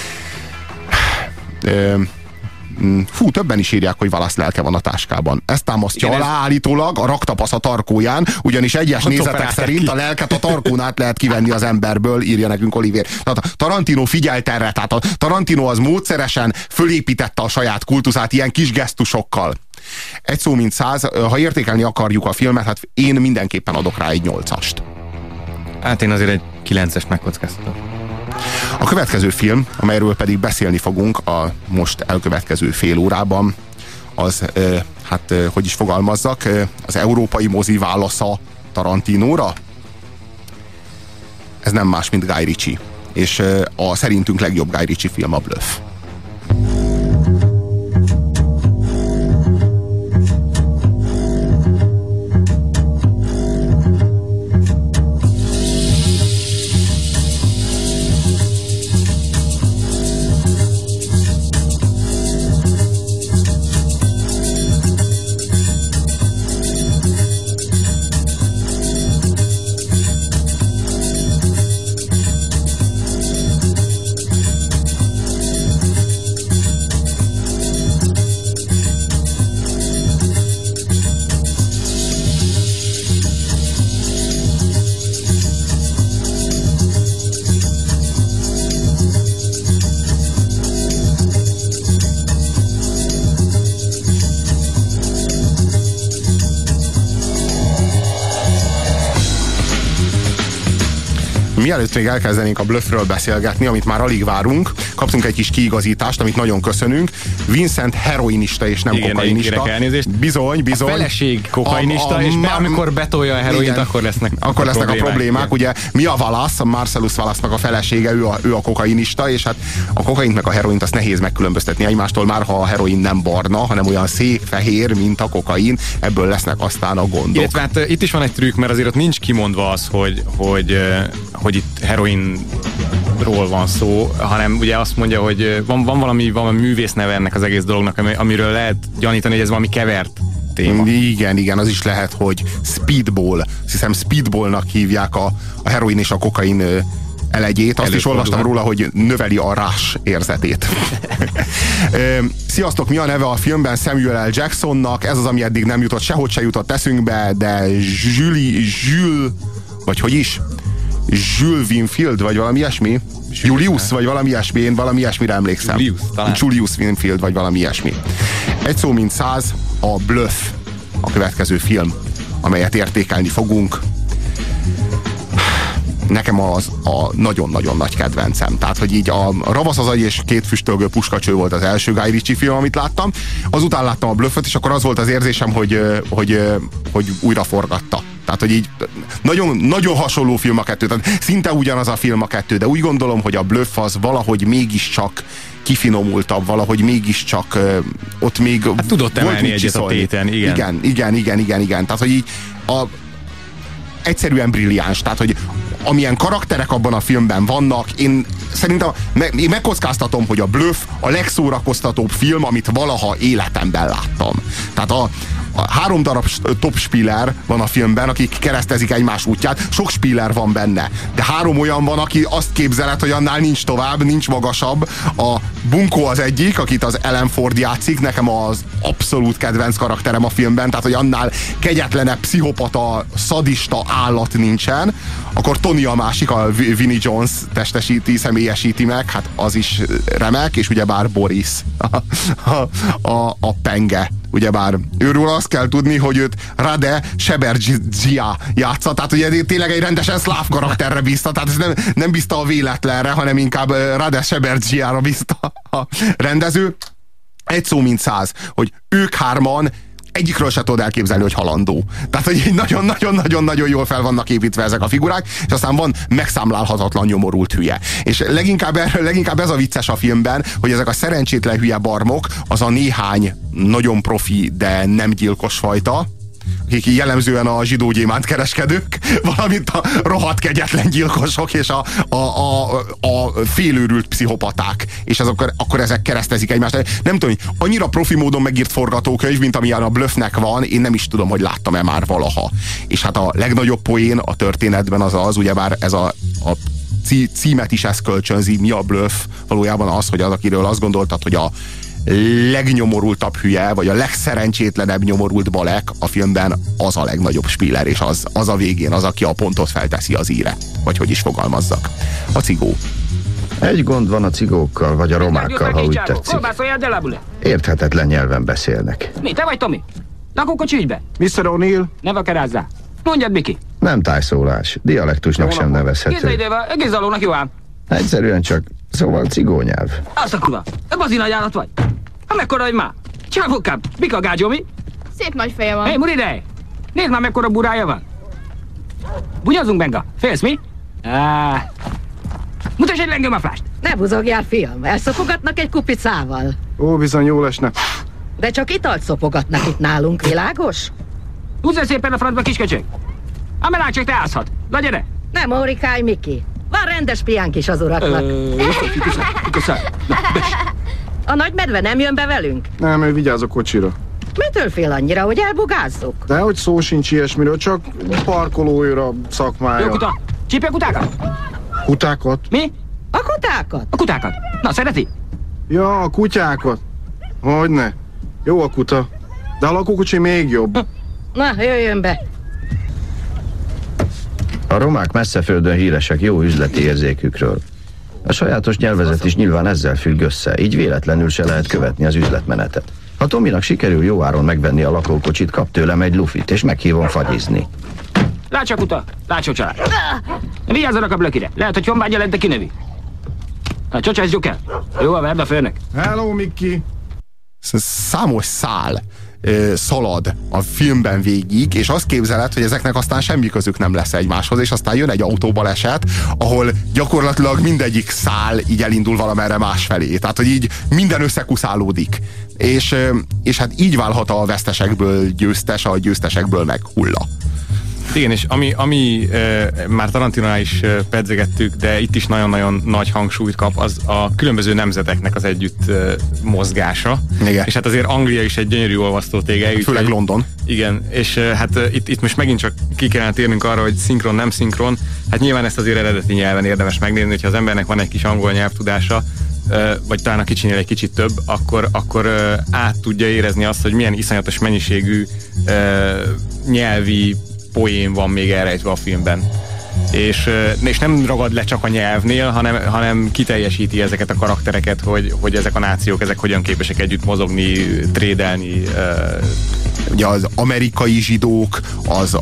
Többen is írják, hogy Wallace lelke van a táskában. Ezt támasztja alá állítólag a raktapasz a tarkóján, ugyanis egyes nézetek szerint a lelket a tarkón át lehet kivenni az emberből, írja nekünk Olivér. Tehát Tarantino figyelt erre, tehát a Tarantino az módszeresen fölépítette a saját kultuszát ilyen kis gesztusokkal. Egy szó mint 100, ha értékelni akarjuk a filmet, hát én mindenképpen adok rá egy 8-ast. Hát én azért egy 9-est megkockáztatok. A következő film, amelyről pedig beszélni fogunk a most elkövetkező fél órában, az, hogy is fogalmazzak, az európai mozi válasza Tarantinóra. Ez nem más, mint Guy Ritchie. És a szerintünk legjobb Guy Ritchie film a Bluff. Mielőtt még elkezdenénk a Bluffről beszélgetni, amit már alig várunk, kaptunk egy kis kiigazítást, amit nagyon köszönünk. Vincent heroinista és nem kokainista. Bizony. A feleség kokainista, és amikor betolja a heroint, akkor lesznek a problémák. Igen. Ugye Mia Wallace, a Marcellus Wallace-nak a felesége, ő a kokainista, és hát a kokaint meg a heroint azt nehéz megkülönböztetni egymástól, már ha a heroin nem barna, hanem olyan szép fehér, mint a kokain, ebből lesznek aztán a gondok. Illetve hát itt is van egy trükk, mert azért ott nincs kimondva az, hogy itt heroinról van szó, hanem ugye azt mondja, hogy van valami művész neve ennek az egész dolognak, amiről lehet gyanítani, hogy ez valami kevert téma. Igen, az is lehet, hogy speedball. Azt hiszem speedballnak hívják a heroin és a kokain elegyét. Azt is olvastam róla, hogy növeli a rush érzetét. Sziasztok, mi a neve a filmben Samuel L. Jacksonnak? Ez az, ami eddig nem jutott, sehogy se jutott eszünkbe, de Jules, vagy hogy is? Jules Winfield, vagy valami ilyesmi? Julius, vagy valami ilyesmi, én valami ilyesmire emlékszem. Julius Winfield, vagy valami ilyesmi. Egy szó mint 100, a Bluff, a következő film, amelyet értékelni fogunk. Nekem az a nagyon-nagyon nagy kedvencem. Tehát, hogy így a Ravasz az agy és két füstölgő puskacső volt az első Guy Ritchie film, amit láttam. Azután láttam a Bluffot, és akkor az volt az érzésem, hogy újra forgatta. Tehát, hogy így nagyon, nagyon hasonló film a kettő. Tehát szinte ugyanaz a film a kettő, de úgy gondolom, hogy a Bluff az valahogy mégiscsak kifinomultabb, valahogy mégiscsak ott még hát tudott emelni egyet a téten, igen. Tehát, hogy így egyszerűen brilliáns. Tehát, hogy amilyen karakterek abban a filmben vannak, én szerintem én megkockáztatom, hogy a Bluff a legszórakoztatóbb film, amit valaha életemben láttam. Tehát a 3 darab top spiller van a filmben, akik keresztezik egymás útját, sok spiller van benne, de 3 olyan van, aki azt képzeled, hogy annál nincs tovább, nincs magasabb. A Bunko az egyik, akit az Ellen Ford játszik, nekem az abszolút kedvenc karakterem a filmben, tehát hogy annál kegyetlenebb, pszichopata, szadista állat nincsen. Akkor Tony a másik, a Vinnie Jones testesíti, személyesíti meg, hát az is remek, és ugyebár Boris, a penge. Ugyebár őről azt kell tudni, hogy őt Rade Seberdzsia játsza, tehát ugye tényleg egy rendesen szláv karakterre bízta, tehát ez nem bízta a véletlenre, hanem inkább Rade Seberdzsiára bízta a rendező. Egy szó mint 100, hogy ők 3-an egyikről se tudod elképzelni, hogy halandó. Tehát, hogy nagyon-nagyon-nagyon jól fel vannak építve ezek a figurák, és aztán van megszámlálhatatlan nyomorult hülye. És leginkább ez a vicces a filmben, hogy ezek a szerencsétlen hülye barmok, az a néhány nagyon profi, de nem gyilkos fajta, akik jellemzően a zsidó gyémánt kereskedők, valamint a rohadt kegyetlen gyilkosok és a félőrült pszichopaták. És akkor ezek keresztezik egymást. Nem tudom, hogy annyira profi módon megírt forgatókönyv, mint amilyen a Bluffnek van, én nem is tudom, hogy láttam-e már valaha. És hát a legnagyobb poén a történetben az, ugyebár ez a címet is ezt kölcsönzi, mi a Bluff, valójában az, hogy az, akiről azt gondoltad, hogy a legnyomorultabb hülye, vagy a legszerencsétlenebb nyomorult balek a filmben az a legnagyobb spiller, és az a végén az, aki a pontot felteszi az íre. Vagy hogy is fogalmazzak. A cigó. Egy gond van a cigókkal, vagy a romákkal, ha úgy tetszik. Érthetetlen nyelven beszélnek. Mi, te vagy Tomi? Lakókocsi ügybe? Mr. O'Neill? Ne vakerázzál. Mondjad, Miki. Nem tájszólás, dialektusnak sem nevezhető. Kézzeidével, egész alónak jó ám. Egyszerűen csak, szóval cigónyelv. Azt a kurva, bazi nagy állat vagy. Ha mekkora vagy már? Csávokám, mik a gágyó, mi? Szép nagy feje van. Hé, Muridej! Nézd már, mekkora burája van. Bunyazunk, Benga. Félsz, mi? Mutass egy lengőmaflást. Ne buzogjál, fiam. Elszopogatnak egy kupicával. Ó, bizony jól esne. De csak italt szopogatnak itt nálunk, világos? Húzzál szépen a francba, kisköcsög. Amelán csak te állszhat. Na, gyere! Nem órikáj, Miki. Van rendes piánk is az uraknak. A nagy medve nem jön be velünk? Nem, ő vigyáz a kocsira. Mitől fél annyira, hogy elbugázzuk? Dehogy szó sincs ilyesmiről, csak parkolóira szakmája. Jó kuta! Csípj a kutákat! Kutákat? Mi? A kutákat? A kutákat. Na, szereti? Ja, a kutyákat. Hogyne. Jó a kuta. De a lakókocsi még jobb. Na, jöjjön be. A romák messzeföldön híresek jó üzleti érzékükről. A sajátos nyelvezet is nyilván ezzel függ össze, így véletlenül se lehet követni az üzletmenetet. Ha Tominak sikerül jó áron megvenni a lakókocsit, kap tőlem egy lufit, és meghívom fagyizni. Lássa kuta, lássa család. Vigyázzanak a blökire. Lehet, hogy honvágy jelent, de kinövi. Na, csocsász gyukel. Jó, a verd a főnök. Hello, Mickey. Számos szál szalad a filmben végig, és azt képzeled, hogy ezeknek aztán semmi közük nem lesz egymáshoz, és aztán jön egy autóbaleset, ahol gyakorlatilag mindegyik szál így elindul valamerre másfelé. Tehát, hogy így minden összekuszálódik. És hát így válhat a vesztesekből győztes, a győztesekből meg hulla. Igen, és ami már Tarantinónál is pedzegettük, de itt is nagyon-nagyon nagy hangsúlyt kap, az a különböző nemzeteknek az együtt mozgása. Igen. És hát azért Anglia is egy gyönyörű olvasztótége. Főleg London. Igen, és hát itt most megint csak ki kellene térnünk arra, hogy szinkron, nem szinkron. Hát nyilván ezt azért eredeti nyelven érdemes megnézni, hogyha az embernek van egy kis angol nyelvtudása, vagy talán a kicsinél egy kicsit több, akkor át tudja érezni azt, hogy milyen iszonyatos mennyiségű nyelvi poén van még elrejtve a filmben. És nem ragad le csak a nyelvnél, hanem kiteljesíti ezeket a karaktereket, hogy ezek a nációk, ezek hogyan képesek együtt mozogni, trédelni. Ugye az amerikai zsidók, az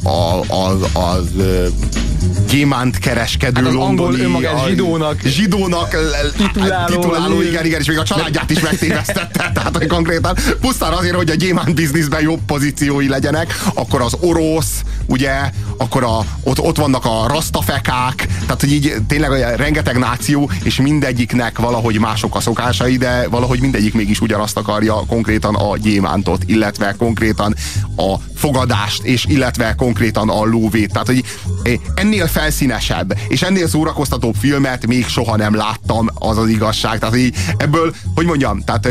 gyémánt kereskedő hát londoni, angol zsidónak tituláló, igen, és még a családját is megtévesztette, tehát hogy konkrétan pusztán azért, hogy a gyémánt bizniszben jobb pozíciói legyenek, akkor az orosz, ugye, akkor ott vannak a rasztafekák, tehát hogy így tényleg rengeteg náció, és mindegyiknek valahogy mások a szokásai, de valahogy mindegyik mégis ugyanazt akarja, konkrétan a gyémántot, illetve konkrétan a fogadást, és illetve konkrétan a lóvét. Tehát, hogy ennél felszínesebb, és ennél szórakoztatóbb filmet még soha nem láttam, az az igazság. Tehát, hogy ebből, hogy mondjam, tehát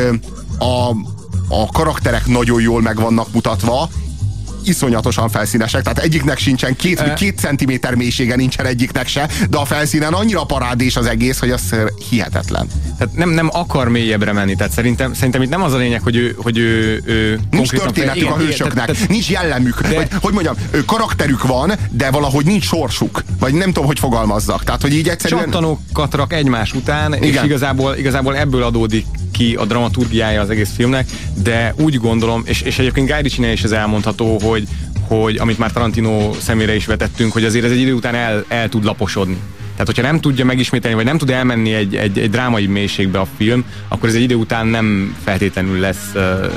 a karakterek nagyon jól meg vannak mutatva, iszonyatosan felszínesek, tehát egyiknek sincsen, két centiméter mélysége nincsen egyiknek se, de a felszínen annyira parádés az egész, hogy az hihetetlen. Tehát nem akar mélyebbre menni, tehát szerintem itt nem az a lényeg, hogy ő nincs történetük a hősöknek, nincs jellemük, vagy hogy mondjam, karakterük van, de valahogy nincs sorsuk, vagy nem tudom, hogy fogalmazzak. Tehát, hogy így egyszerűen... Csattanókat rak egymás után, igen. És igazából ebből adódik ki a dramaturgiája az egész filmnek, de úgy gondolom, és egyébként Guy Ritchie-nél is ez elmondható, hogy amit már Tarantino szemére is vetettünk, hogy azért ez egy idő után el tud laposodni. Tehát, hogyha nem tudja megismételni, vagy nem tud elmenni egy drámai mélységbe a film, akkor ez egy idő után nem feltétlenül lesz,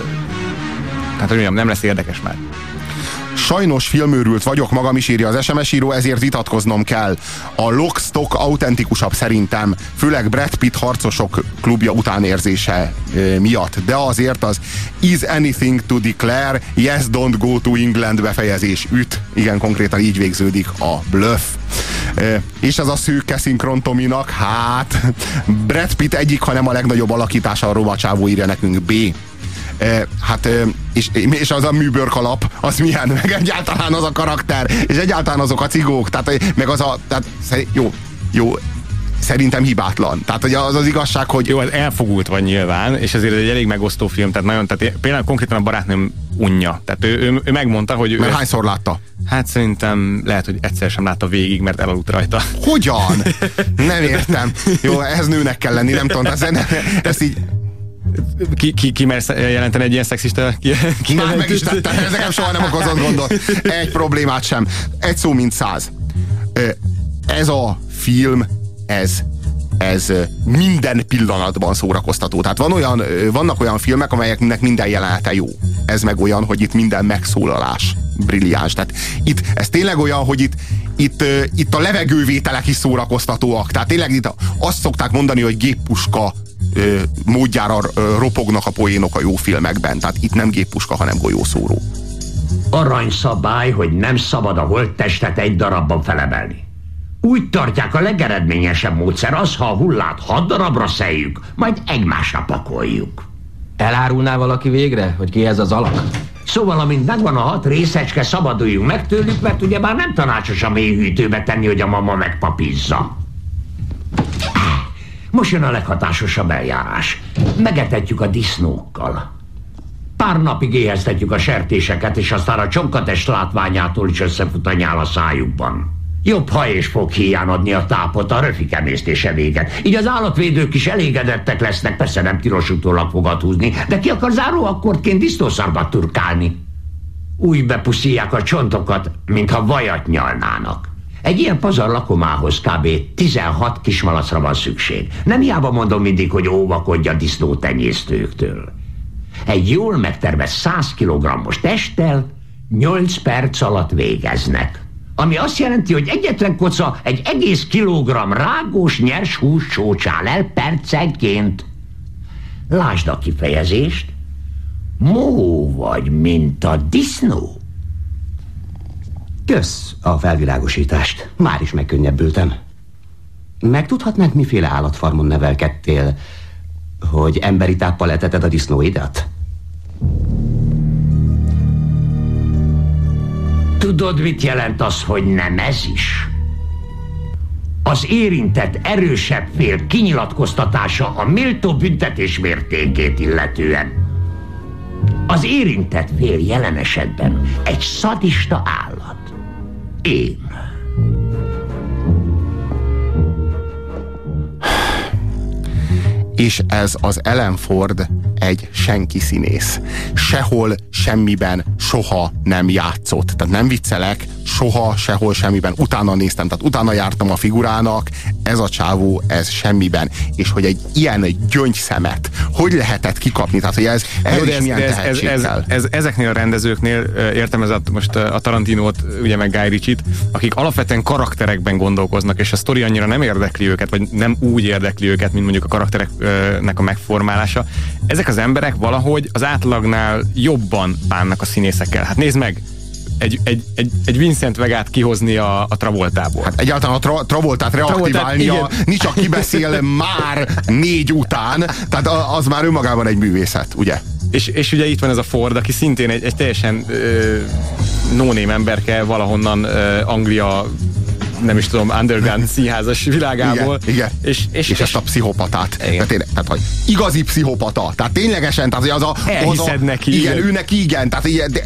hát hogy mondjam, nem lesz érdekes már. Sajnos filmőrült vagyok, magam is írja az SMS író, ezért vitatkoznom kell. A Lock Stock autentikusabb szerintem, főleg Brad Pitt harcosok klubja utánérzése miatt. De azért az is anything to declare, yes, don't go to England befejezés üt. Igen, konkrétan így végződik a bluff. És ez a szőke szinkron Tominak, hát Brad Pitt egyik, hanem a legnagyobb alakítása, a Roma csávó, írja nekünk B. Hát, és az a műbőrkalap, az milyen, meg egyáltalán az a karakter, és egyáltalán azok a cigók, tehát meg az a, tehát, jó, szerintem hibátlan. Tehát hogy az az igazság, hogy... Jó, ez elfogult van nyilván, és ezért egy elég megosztó film, tehát például konkrétan a barátnőm unja. Tehát ő megmondta, hogy... Mert hányszor látta? Hát szerintem lehet, hogy egyszer sem látta végig, mert elaludt rajta. Hogyan? Nem értem. Jó, ehhez nőnek kell lenni, nem tudom, ezt így... Ki mersz jelenteni egy ilyen szexista Már meg is tettem, ez nekem soha nem okozott gondot. Egy problémát sem. Egy szó mint 100. Ez a film, ez minden pillanatban szórakoztató. Tehát vannak olyan filmek, amelyeknek minden jelenete jó. Ez meg olyan, hogy itt minden megszólalás brilliáns. Tehát itt ez tényleg olyan, hogy itt a levegővételek is szórakoztatóak. Tehát tényleg itt azt szokták mondani, hogy géppuska módjára ropognak a poénok a jó filmekben. Tehát itt nem géppuska, hanem golyószóró. Aranyszabály, hogy nem szabad a holttestet egy darabban felemelni. Úgy tartják, a legeredményesebb módszer az, ha a hullát 6 darabra szeljük, majd egymásra pakoljuk. Elárulná valaki végre, hogy ki ez az alak? Szóval, amint megvan a 6 részecske, szabaduljunk meg tőlük, mert ugye már nem tanácsos a mélyhűtőbe tenni, hogy a mama megpapizza. Most jön a leghatásosabb eljárás. Megetetjük a disznókkal. Pár napig éheztetjük a sertéseket, és aztán a csonkatest látványától is összefut a nyál a szájukban. Jobb haj és fog híján adni a tápot, a röfik emésztése véget. Így az állatvédők is elégedettek lesznek, persze nem tilos utólag fogat húzni, de ki akar záróakkordként disznószarbat turkálni? Úgy bepuszíják a csontokat, mintha vajat nyalnának. Egy ilyen pazar lakomához kb. 16 kismalacra van szükség. Nem hiába mondom mindig, hogy óvakodj a disznótenyésztőktől. Egy jól megtervez 100 kg-os testtel 8 perc alatt végeznek. Ami azt jelenti, hogy egyetlen koca egy egész kilogramm rágós nyers hús csócsál el percenként. Lásd a kifejezést. Mó vagy, mint a disznó. Kösz a felvilágosítást. Már is megkönnyebbültem. Megtudhatnánk, miféle állatfarmon nevelkedtél, hogy emberi táppal eteted a disznóidat? Tudod, mit jelent az, hogy nem ez is? Az érintett erősebb fél kinyilatkoztatása a méltó büntetés mértékét illetően. Az érintett fél jelen esetben egy szadista állat. Én. És ez az Ellen Ford egy senki színész. Sehol, semmiben, soha nem játszott. Tehát nem viccelek, soha, sehol, semmiben. Utána néztem, tehát utána jártam a figurának, ez a csávó, ez semmiben. És hogy egy ilyen gyöngyszemet hogy lehetett kikapni? Tehát, hogy ez is milyen tehetséggel. Ezeknél a rendezőknél, értem most a Tarantinót, ugye meg Guy Ritchie-t, akik alapvetően karakterekben gondolkoznak, és a sztori annyira nem érdekli őket, vagy nem úgy érdekli őket, mint mondjuk a karaktereknek a megformálása. Ezek az emberek valahogy az átlagnál jobban bánnak a színészekkel. Hát nézd meg, egy Vincent Vegát kihozni a Travoltából. Hát egyáltalán a Travoltát reaktiválnia, nincs csak kibeszél már 4 után, tehát az már önmagában egy művészet, ugye? És ugye itt van ez a Ford, aki szintén egy teljesen no-name emberke valahonnan Anglia, nem is tudom, underground színházas világából. Igen. És ezt a pszichopatát. Tehát, hogy igazi pszichopata. Tehát ténylegesen, tehát az a... Elhiszed neki. Igen, ő neki igen. Tehát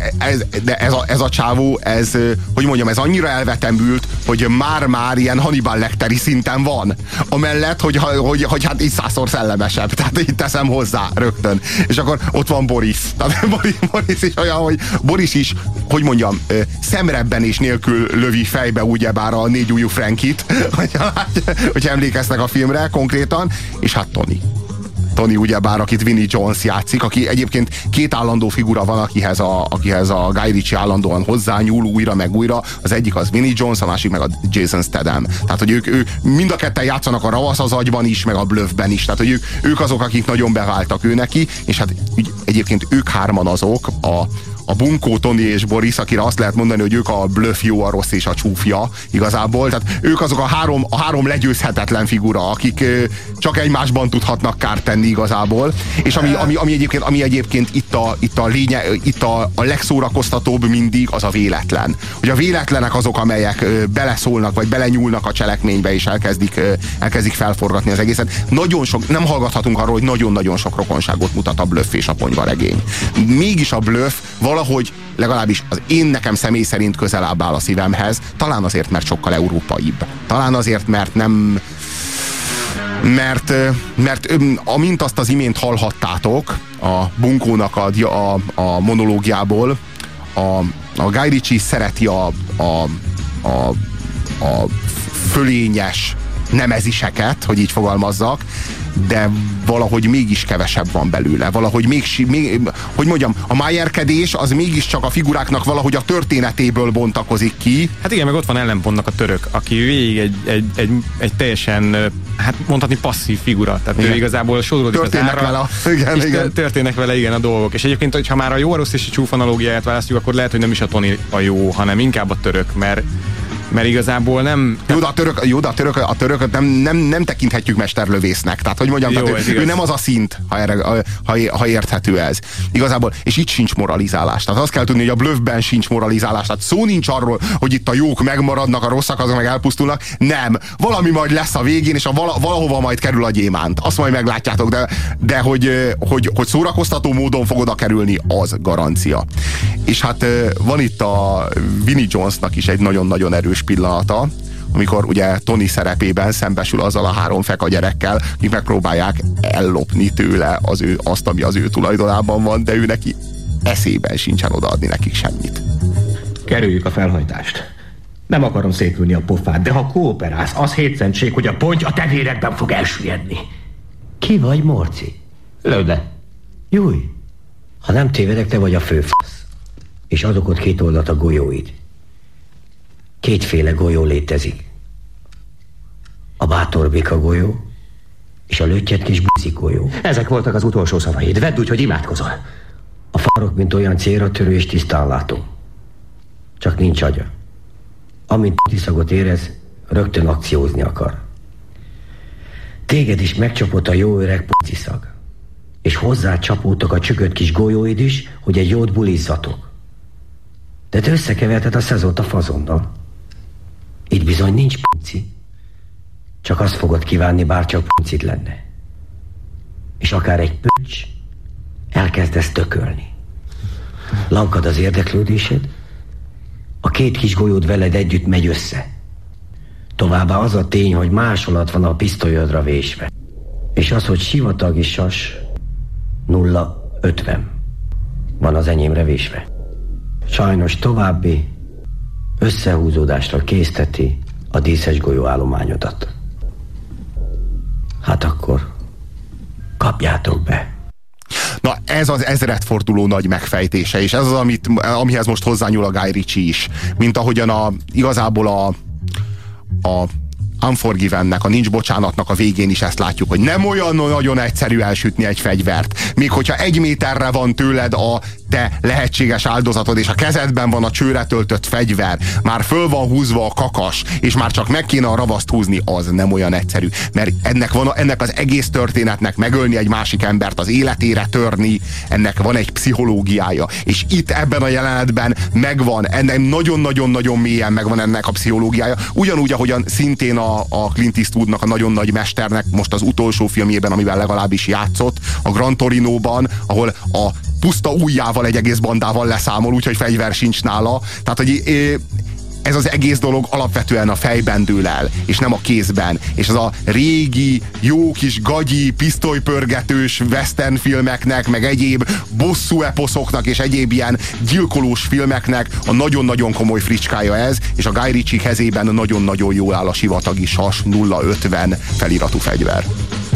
ez a csávó, ez, hogy mondjam, ez annyira elvetembült, hogy már ilyen Hannibal Lecteri szinten van. Amellett, hogy hát így 100-szor szellemesebb. Tehát így teszem hozzá rögtön. És akkor ott van Boris. Tehát Boris is olyan, hogy Boris is, hogy mondjam, szemrebbenés nélkül lövi fejbe ugyebár a 4 ujjú Frankit, hogy emlékeznek a filmre konkrétan, és hát Tony ugyebár, akit Vinnie Jones játszik, aki egyébként 2 állandó figura van, akihez a Guy Ritchie állandóan hozzányúl újra meg újra. Az egyik az Vinnie Jones, a másik meg a Jason Statham. Tehát, hogy ők mind a ketten játszanak a Ravasz az agyban is, meg a Bluffben is. Tehát, hogy ők azok, akik nagyon beváltak ő neki, és hát egyébként ők hárman azok, a Bunkó, Tony és Boris, akire azt lehet mondani, hogy ők a Bluff jó, a rossz és a csúfja igazából. Tehát ők azok a három legyőzhetetlen figura, akik csak egymásban tudhatnak kárt tenni igazából. És ami egyébként itt a legszórakoztatóbb mindig, az a véletlen. Hogy a véletlenek azok, amelyek beleszólnak, vagy belenyúlnak a cselekménybe, és elkezdik felforgatni az egészet. Nagyon sok, nem hallgathatunk arról, hogy nagyon-nagyon sok rokonságot mutat a Bluff és a ponyvaregény. Mégis a Bluff valahogy, legalábbis nekem személy szerint közelebb áll a szívemhez, talán azért, mert sokkal európaibb. Talán azért, mert nem... Mert amint azt az imént hallhattátok a Bunkónak a monológiából, a Guy Ritchie szereti a fölényes nemeziseket, hogy így fogalmazzak, de valahogy mégis kevesebb van belőle. Valahogy hogy mondjam, a májerkedés az mégiscsak a figuráknak valahogy a történetéből bontakozik ki. Hát igen, meg ott van ellenpontnak a török, aki végig egy teljesen, hát mondhatni passzív figura. Tehát ő igazából sodródik az árra. Történnek vele, igen, a dolgok. És egyébként, hogyha már a jó, a rossz és a csúf analógiáját választjuk, akkor lehet, hogy nem is a Tony a jó, hanem inkább a török, mert igazából nem... Jó, a törököt nem tekinthetjük mesterlövésznek. Tehát, hogy mondjam, jó, ő nem az a szint, ha érthető ez. Igazából, és itt sincs moralizálás. Tehát azt kell tudni, hogy a Bluffben sincs moralizálás. Tehát szó nincs arról, hogy itt a jók megmaradnak, a rosszak azok meg elpusztulnak. Nem. Valami majd lesz a végén, és valahova majd kerül a gyémánt. Azt majd meglátjátok, de hogy szórakoztató módon fog oda kerülni, az garancia. És hát van itt a Vinnie Jonesnak is egy nagyon-nagyon erős pillanata, amikor ugye Tony szerepében szembesül azzal a 3 feka gyerekkel, akik megpróbálják ellopni tőle azt, ami az ő tulajdonában van, de ő neki eszében sincsen odaadni nekik semmit. Kerüljük a felhajtást. Nem akarom szétülni a pofát, de ha kooperálsz, az hétszentség, hogy a ponty a tevérekben fog elsüllyedni. Ki vagy, Morci? Lőd le. Júj, ha nem tévedek, te vagy a főfasz. És adok ott két oldalt a golyóid. Kétféle golyó létezik. A bátor bika golyó és a löttyet kis buci golyó. Ezek voltak az utolsó szavaid. Vedd úgy, hogy imádkozol. A farok, mint olyan célra törő és tisztán látó. Csak nincs agya. Amint tiszagot érez, rögtön akciózni akar. Téged is megcsapott a jó öreg puciszag. És hozzá csapódtak a csökött kis golyóid is, hogy egy jót bulizzatok. De te összekeverted a szezont a fazonnal. Itt bizony nincs punci. Csak azt fogod kívánni, bárcsak puncid lenne. És akár egy pöcs, elkezdesz tökölni. Lankad az érdeklődésed, a két kis golyód veled együtt megy össze. Továbbá az a tény, hogy másolat van a pisztolyodra vésve. És az, hogy sivatagi sas 0,50 van az enyémre vésve. Sajnos további összehúzódásra készteti a díszes golyóállományodat. Hát akkor kapjátok be. Na ez az ezredforduló nagy megfejtése, és ez az, amihez most hozzányúl a Guy Ritchie is. Mint ahogyan igazából a Unforgiven-nek, a Nincs bocsánatnak a végén is ezt látjuk, hogy nem olyan nagyon egyszerű elsütni egy fegyvert. Még hogyha 1 méterre van tőled a te lehetséges áldozatod, és a kezedben van a csőre töltött fegyver, már föl van húzva a kakas, és már csak meg kéne a ravaszt húzni, az nem olyan egyszerű. Mert ennek az egész történetnek megölni egy másik embert, az életére törni, ennek van egy pszichológiája. És itt ebben a jelenetben megvan, ennek nagyon-nagyon-nagyon mélyen megvan ennek a pszichológiája. Ugyanúgy, ahogyan szintén a Clint Eastwoodnak, a nagyon nagy mesternek most az utolsó filmjében, amivel legalábbis játszott, a Gran Torino-ban, ahol a puszta ujjával egy egész bandával leszámol, úgyhogy fegyver sincs nála. Tehát, hogy ez az egész dolog alapvetően a fejben dől el, és nem a kézben. És az a régi, jó kis gagyi, pisztolypörgetős western filmeknek, meg egyéb bosszú eposzoknak, és egyéb ilyen gyilkolós filmeknek a nagyon-nagyon komoly fricskája ez, és a Guy Ritchie kezében nagyon-nagyon jól áll a sivatagi sas 0,50 feliratú fegyver.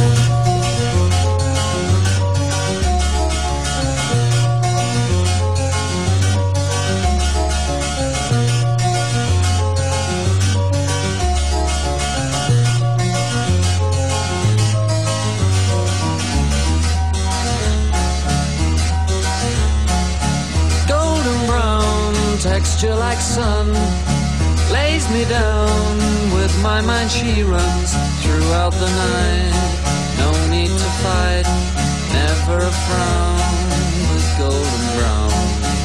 Texture like sun lays me down. With my mind she runs throughout the night. No need to fight, never a frown. With golden brown,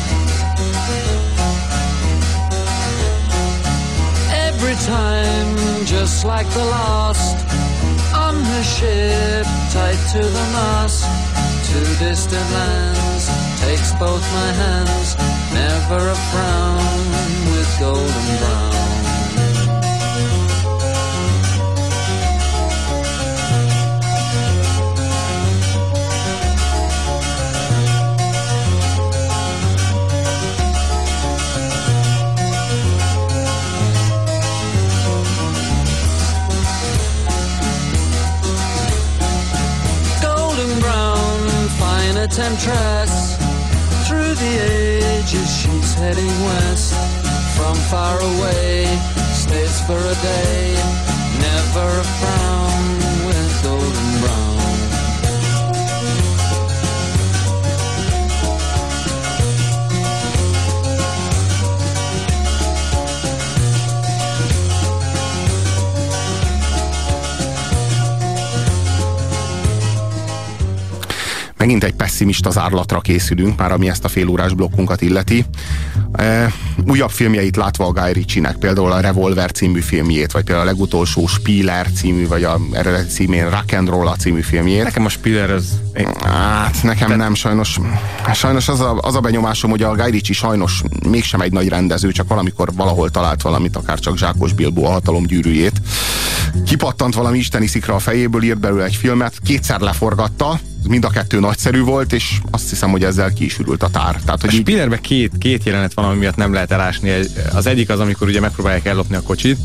every time just like the last. On her ship tied to the mast, to distant lands, takes both my hands. Never a frown, with golden brown. Golden brown, fine a temptress. Through the ages she's heading west. From far away, stays for a day. Never a frown, with golden brown. Megint egy pesszimista zárlatra készülünk, már ami ezt a félórás blokkunkat illeti. Újabb filmjeit látva a Guy Ritchie-nek, például a Revolver című filmjét, vagy például a legutolsó Spiller című, vagy a eredeti címén Rock'n'Roll című filmjét. Nekem a Spiller az... Hát, nekem nem, sajnos. Sajnos az a benyomásom, hogy a Guy Ritchie sajnos mégsem egy nagy rendező, csak valamikor valahol talált valamit, akár csak Zsákos Bilbo, a hatalom gyűrűjét. Kipattant valami isteni szikra a fejéből, írt belőle egy filmet, 2-szer leforgatta, mind a kettő nagyszerű volt, és azt hiszem, hogy ezzel ki is ürült a tár. Tehát, hogy a Spillerben két jelenet van, ami miatt nem lehet elásni. Az egyik az, amikor ugye megpróbálják ellopni a kocsit.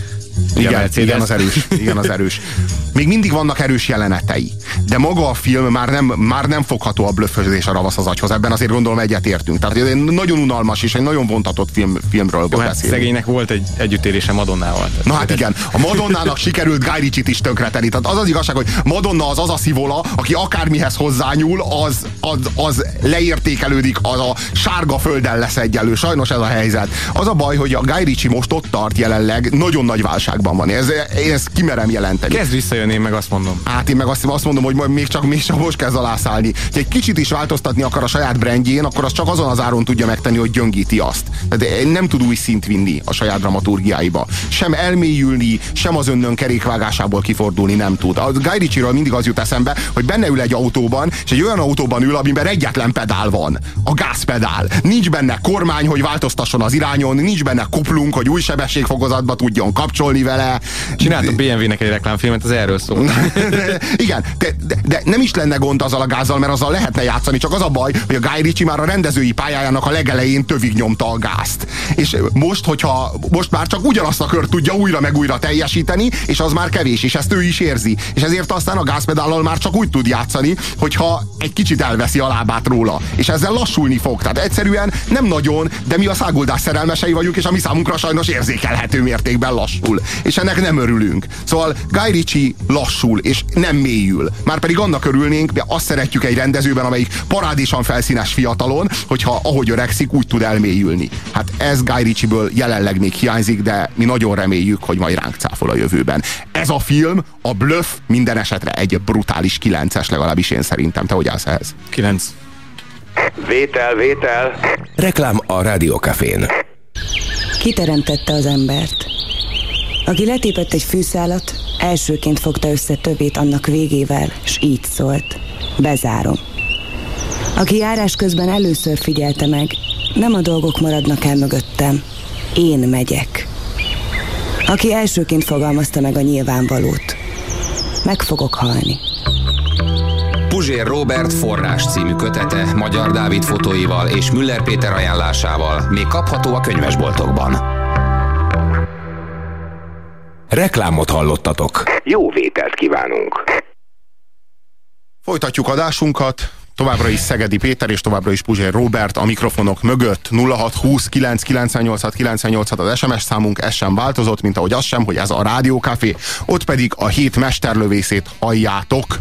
Igen, az erős. Igen, az erős. Még mindig vannak erős jelenetei, de maga a film már nem fogható a blöffözés a ravasz az agyhoz. Ebben azért gondolom egyetértünk. Tehát egy nagyon unalmas és egy nagyon vontatott filmről beszélünk. Szegénynek volt egy együttérése Madonnával. Na hát igen, a Madonnának sikerült Guy Ritchie-t is tönkretenni. Tehát az igazság, hogy Madonna az a szivola, aki akármihez hozzányúl, az leértékelődik, az a sárga földdel lesz egyenlő. Sajnos ez a helyzet. Az a baj, hogy a Guy Ritchie most ott tart jelenleg, nagyon nagy válságban van. Én ezt kimerem jelenteni. Kezd visszajönni, én meg azt mondom. Hát én meg azt mondom, hogy még csak most kezd alászállni. Ha egy kicsit is változtatni akar a saját brandjén, akkor az csak azon az áron tudja megtenni, hogy gyöngíti azt. Tehát nem tud új szint vinni a saját dramaturgiáiba. Sem elmélyülni, sem az önnön kerékvágásából kifordulni nem tud. A Guy Ritchie-ről mindig az jut eszembe, hogy benne ül egy autóban, és egy olyan autóban ül, amiben egyetlen pedál van. A gázpedál. Nincs benne kormány, hogy változtasson az irányon, nincs benne kuplung, hogy új sebességfokozatba tudjon kapcsolni vele. Csinált a BMW-nek egy reklámfilmet, az erről szól. Igen, de nem is lenne gond azzal a gázzal, mert azzal lehetne játszani, csak az a baj, hogy a Guy Ritchie már a rendezői pályájának a legelején tövig nyomta a gázt. És most már csak ugyanazt a kört tudja újra meg újra teljesíteni, és az már kevés, és ezt ő is érzi. És ezért aztán a gázpedállal már csak úgy tud játszani, hogyha egy kicsit elveszi a lábát róla. És ezzel lassulni fog. Tehát egyszerűen nem nagyon, de mi a száguldás szerelmesei vagyunk, és a mi számunkra sajnos érzékelhető mértékben lassul. És ennek nem örülünk. Szóval Guy Ritchie lassul, és nem mélyül. Márpedig annak örülnénk, de azt szeretjük egy rendezőben, amelyik parádésan felszínes fiatalon, hogyha ahogy öregszik, úgy tud elmélyülni. Hát ez Guy Ritchie-ből jelenleg még hiányzik, de mi nagyon reméljük, hogy majd ránk cáfol a jövőben. Ez a film, a Bluff minden esetre egy brutális 9-es, legalábbis én szerintem. Te hogy állsz ehhez? 9. Vétel. Reklám a Rádiókafén. Kiteremtette az embert. Aki letépett egy fűszálat, elsőként fogta össze többét annak végével, s így szólt: bezárom. Aki járás közben először figyelte meg, nem a dolgok maradnak el mögöttem, én megyek. Aki elsőként fogalmazta meg a nyilvánvalót, meg fogok halni. Puzsér Róbert forrás című kötete Magyar Dávid fotóival és Müller Péter ajánlásával még kapható a könyvesboltokban. Reklámot hallottatok. Jó vételt kívánunk. Folytatjuk adásunkat. Továbbra is Szegedi Péter és továbbra is Puzsér Róbert a mikrofonok mögött. 0620 998 986 az SMS számunk, ez sem változott, mint ahogy az sem, hogy ez a Rádiókafé. Ott pedig a hét mesterlövészét halljátok.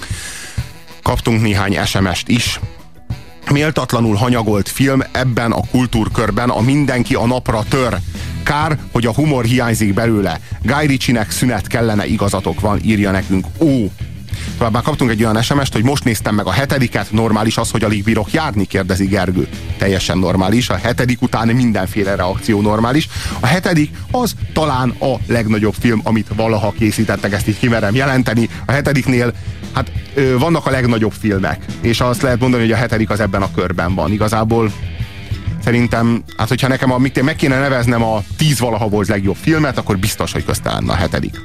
Kaptunk néhány SMS-t is. Méltatlanul hanyagolt film ebben a kultúrkörben, a mindenki a napra tör. Kár, hogy a humor hiányzik belőle. Guy Ritchie-nek szünet kellene, igazatok van, írja nekünk. Továbbá kaptunk egy olyan SMS-t, hogy most néztem meg a 7-et, normális az, hogy alig bírok járni, kérdezi Gergő. Teljesen normális, a 7. után mindenféle reakció normális. A 7. az talán a legnagyobb film, amit valaha készítettek, ezt így kimerem jelenteni. A 7-nél hát vannak a legnagyobb filmek, és azt lehet mondani, hogy a 7. az ebben a körben van. Igazából szerintem, hát hogyha nekem meg kéne neveznem a 10 valaha volt legjobb filmet, akkor biztos, hogy közte lenne a 7.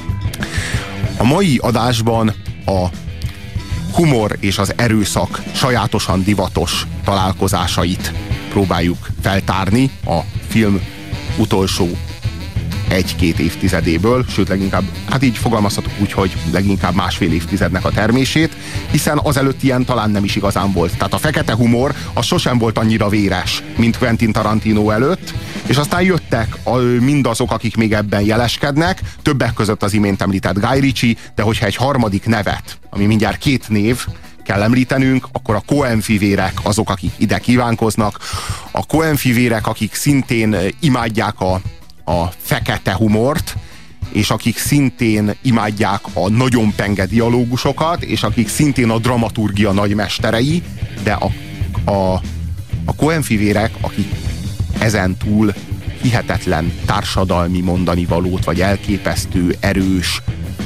A mai adásban a humor és az erőszak sajátosan divatos találkozásait próbáljuk feltárni a film utolsó 1-2 évtizedéből, sőt leginkább, hát így fogalmazhatok úgy, hogy leginkább másfél évtizednek a termését, hiszen azelőtt ilyen talán nem is igazán volt. Tehát a fekete humor az sosem volt annyira véres, mint Quentin Tarantino előtt, és aztán jöttek mindazok, akik még ebben jeleskednek, többek között az imént említett Guy Ritchie, de hogyha egy harmadik nevet, ami mindjárt 2 név, kell említenünk, akkor a Coen fivérek azok, akik ide kívánkoznak. A Coen fivérek, akik szintén imádják a fekete humort, és akik szintén imádják a nagyon penge dialógusokat, és akik szintén a dramaturgia nagymesterei, de a Coen fivérek, akik ezen túl hihetetlen társadalmi mondanivalót, vagy elképesztő, erős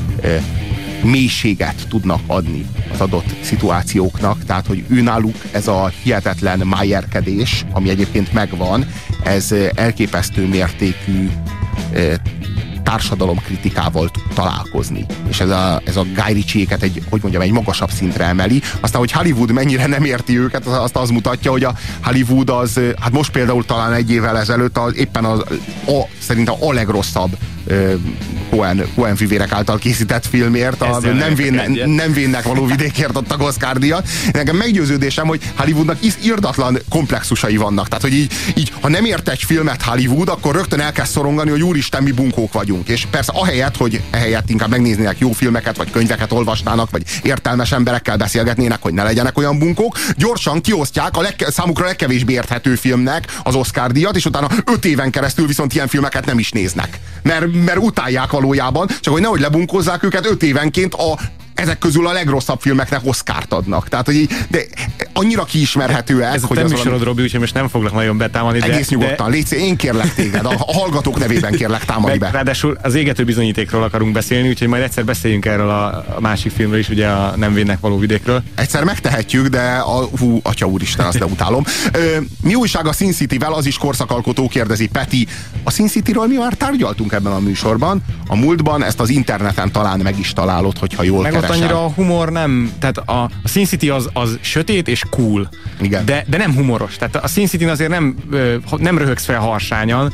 mélységet tudnak adni az adott szituációknak, tehát hogy őnáluk ez a hihetetlen májerkedés, ami egyébként megvan, ez elképesztő mértékű társadalomkritikával találkozni. És ez a Guy Ritchie-éket egy magasabb szintre emeli. Aztán, hogy Hollywood mennyire nem érti őket, azt az mutatja, hogy a Hollywood az, hát most például talán egy évvel ezelőtt éppen szerintem a legrosszabb Coen fivérek által készített filmért, a nem vénnek való vidékért adtak Oscar-díjat. Nekem meggyőződésem, hogy Hollywoodnak irdatlan komplexusai vannak. Tehát, hogy így ha nem ért egy filmet Hollywood, akkor rögtön elkezd szorongani, hogy úristen, mi bunkók vagyunk. És persze ehelyett inkább megnéznének jó filmeket, vagy könyveket olvasnának, vagy értelmes emberekkel beszélgetnének, hogy ne legyenek olyan bunkók, gyorsan kiosztják a számukra legkevésbé érthető filmnek az Oscar-díjat, és utána 5 éven keresztül viszont ilyen filmeket nem is néznek. Mert utálják valójában, csak hogy nehogy lebunkózzák őket, 5 évenként ezek közül a legrosszabb filmeknek Oscart adnak. Tehát, hogy de annyira kiismerhetőek, ez hogy a te műsorod, Robi, úgyhogy most nem foglak nagyon betámadni. Egész nyugodtan, légy szíves, én kérlek téged, a hallgatók nevében kérlek, támadj be. Ráadásul az égető bizonyítékról akarunk beszélni, úgyhogy majd egyszer beszéljünk erről a másik filmről is, ugye a Nem vénnek való vidékről. Egyszer megtehetjük, de atya úristen, azt leutálom. Mi újság a Sin City-vel, az is korszakalkotó, kérdezi Peti. A Sin City-ről mi már tárgyaltunk ebben a műsorban. A múltban ezt az interneten talán meg is találod, hogyha jól keresel. Annyira a humor nem, tehát a Sin City az sötét és cool, igen. De nem humoros. Tehát a Sin Cityn azért nem röhögsz fel harsányan,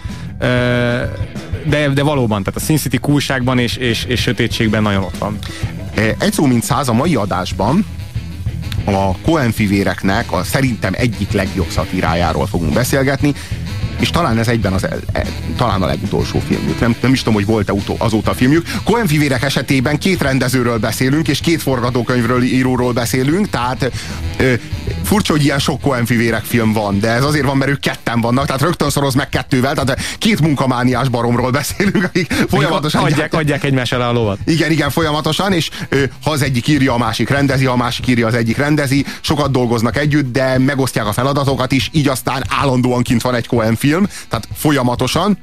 de valóban, tehát a Sin City coolságban és sötétségben nagyon ott van. Egy szó mint száz, a mai adásban a Coen fivéreknek a szerintem egyik legjobb szatírájáról fogunk beszélgetni, és talán ez egyben talán a legutolsó filmjük. Nem is tudom, hogy volt-e azóta filmjük. Coen fivérek esetében 2 rendezőről beszélünk, és 2 forgatókönyvről, íróról beszélünk, tehát furcsa, hogy ilyen sok Coen fivérek film van, de ez azért van, mert ők ketten vannak, tehát rögtön szoroz meg 2-vel, tehát 2 munkamániás baromról beszélünk, akik folyamatosan adják egymás alá a lovat. Igen, folyamatosan, és ha az egyik írja, a másik rendezi, ha a másik írja, az egyik rendezi, sokat dolgoznak együtt, de megosztják a feladatokat is, így aztán állandóan kint van egy Coen film, tehát folyamatosan.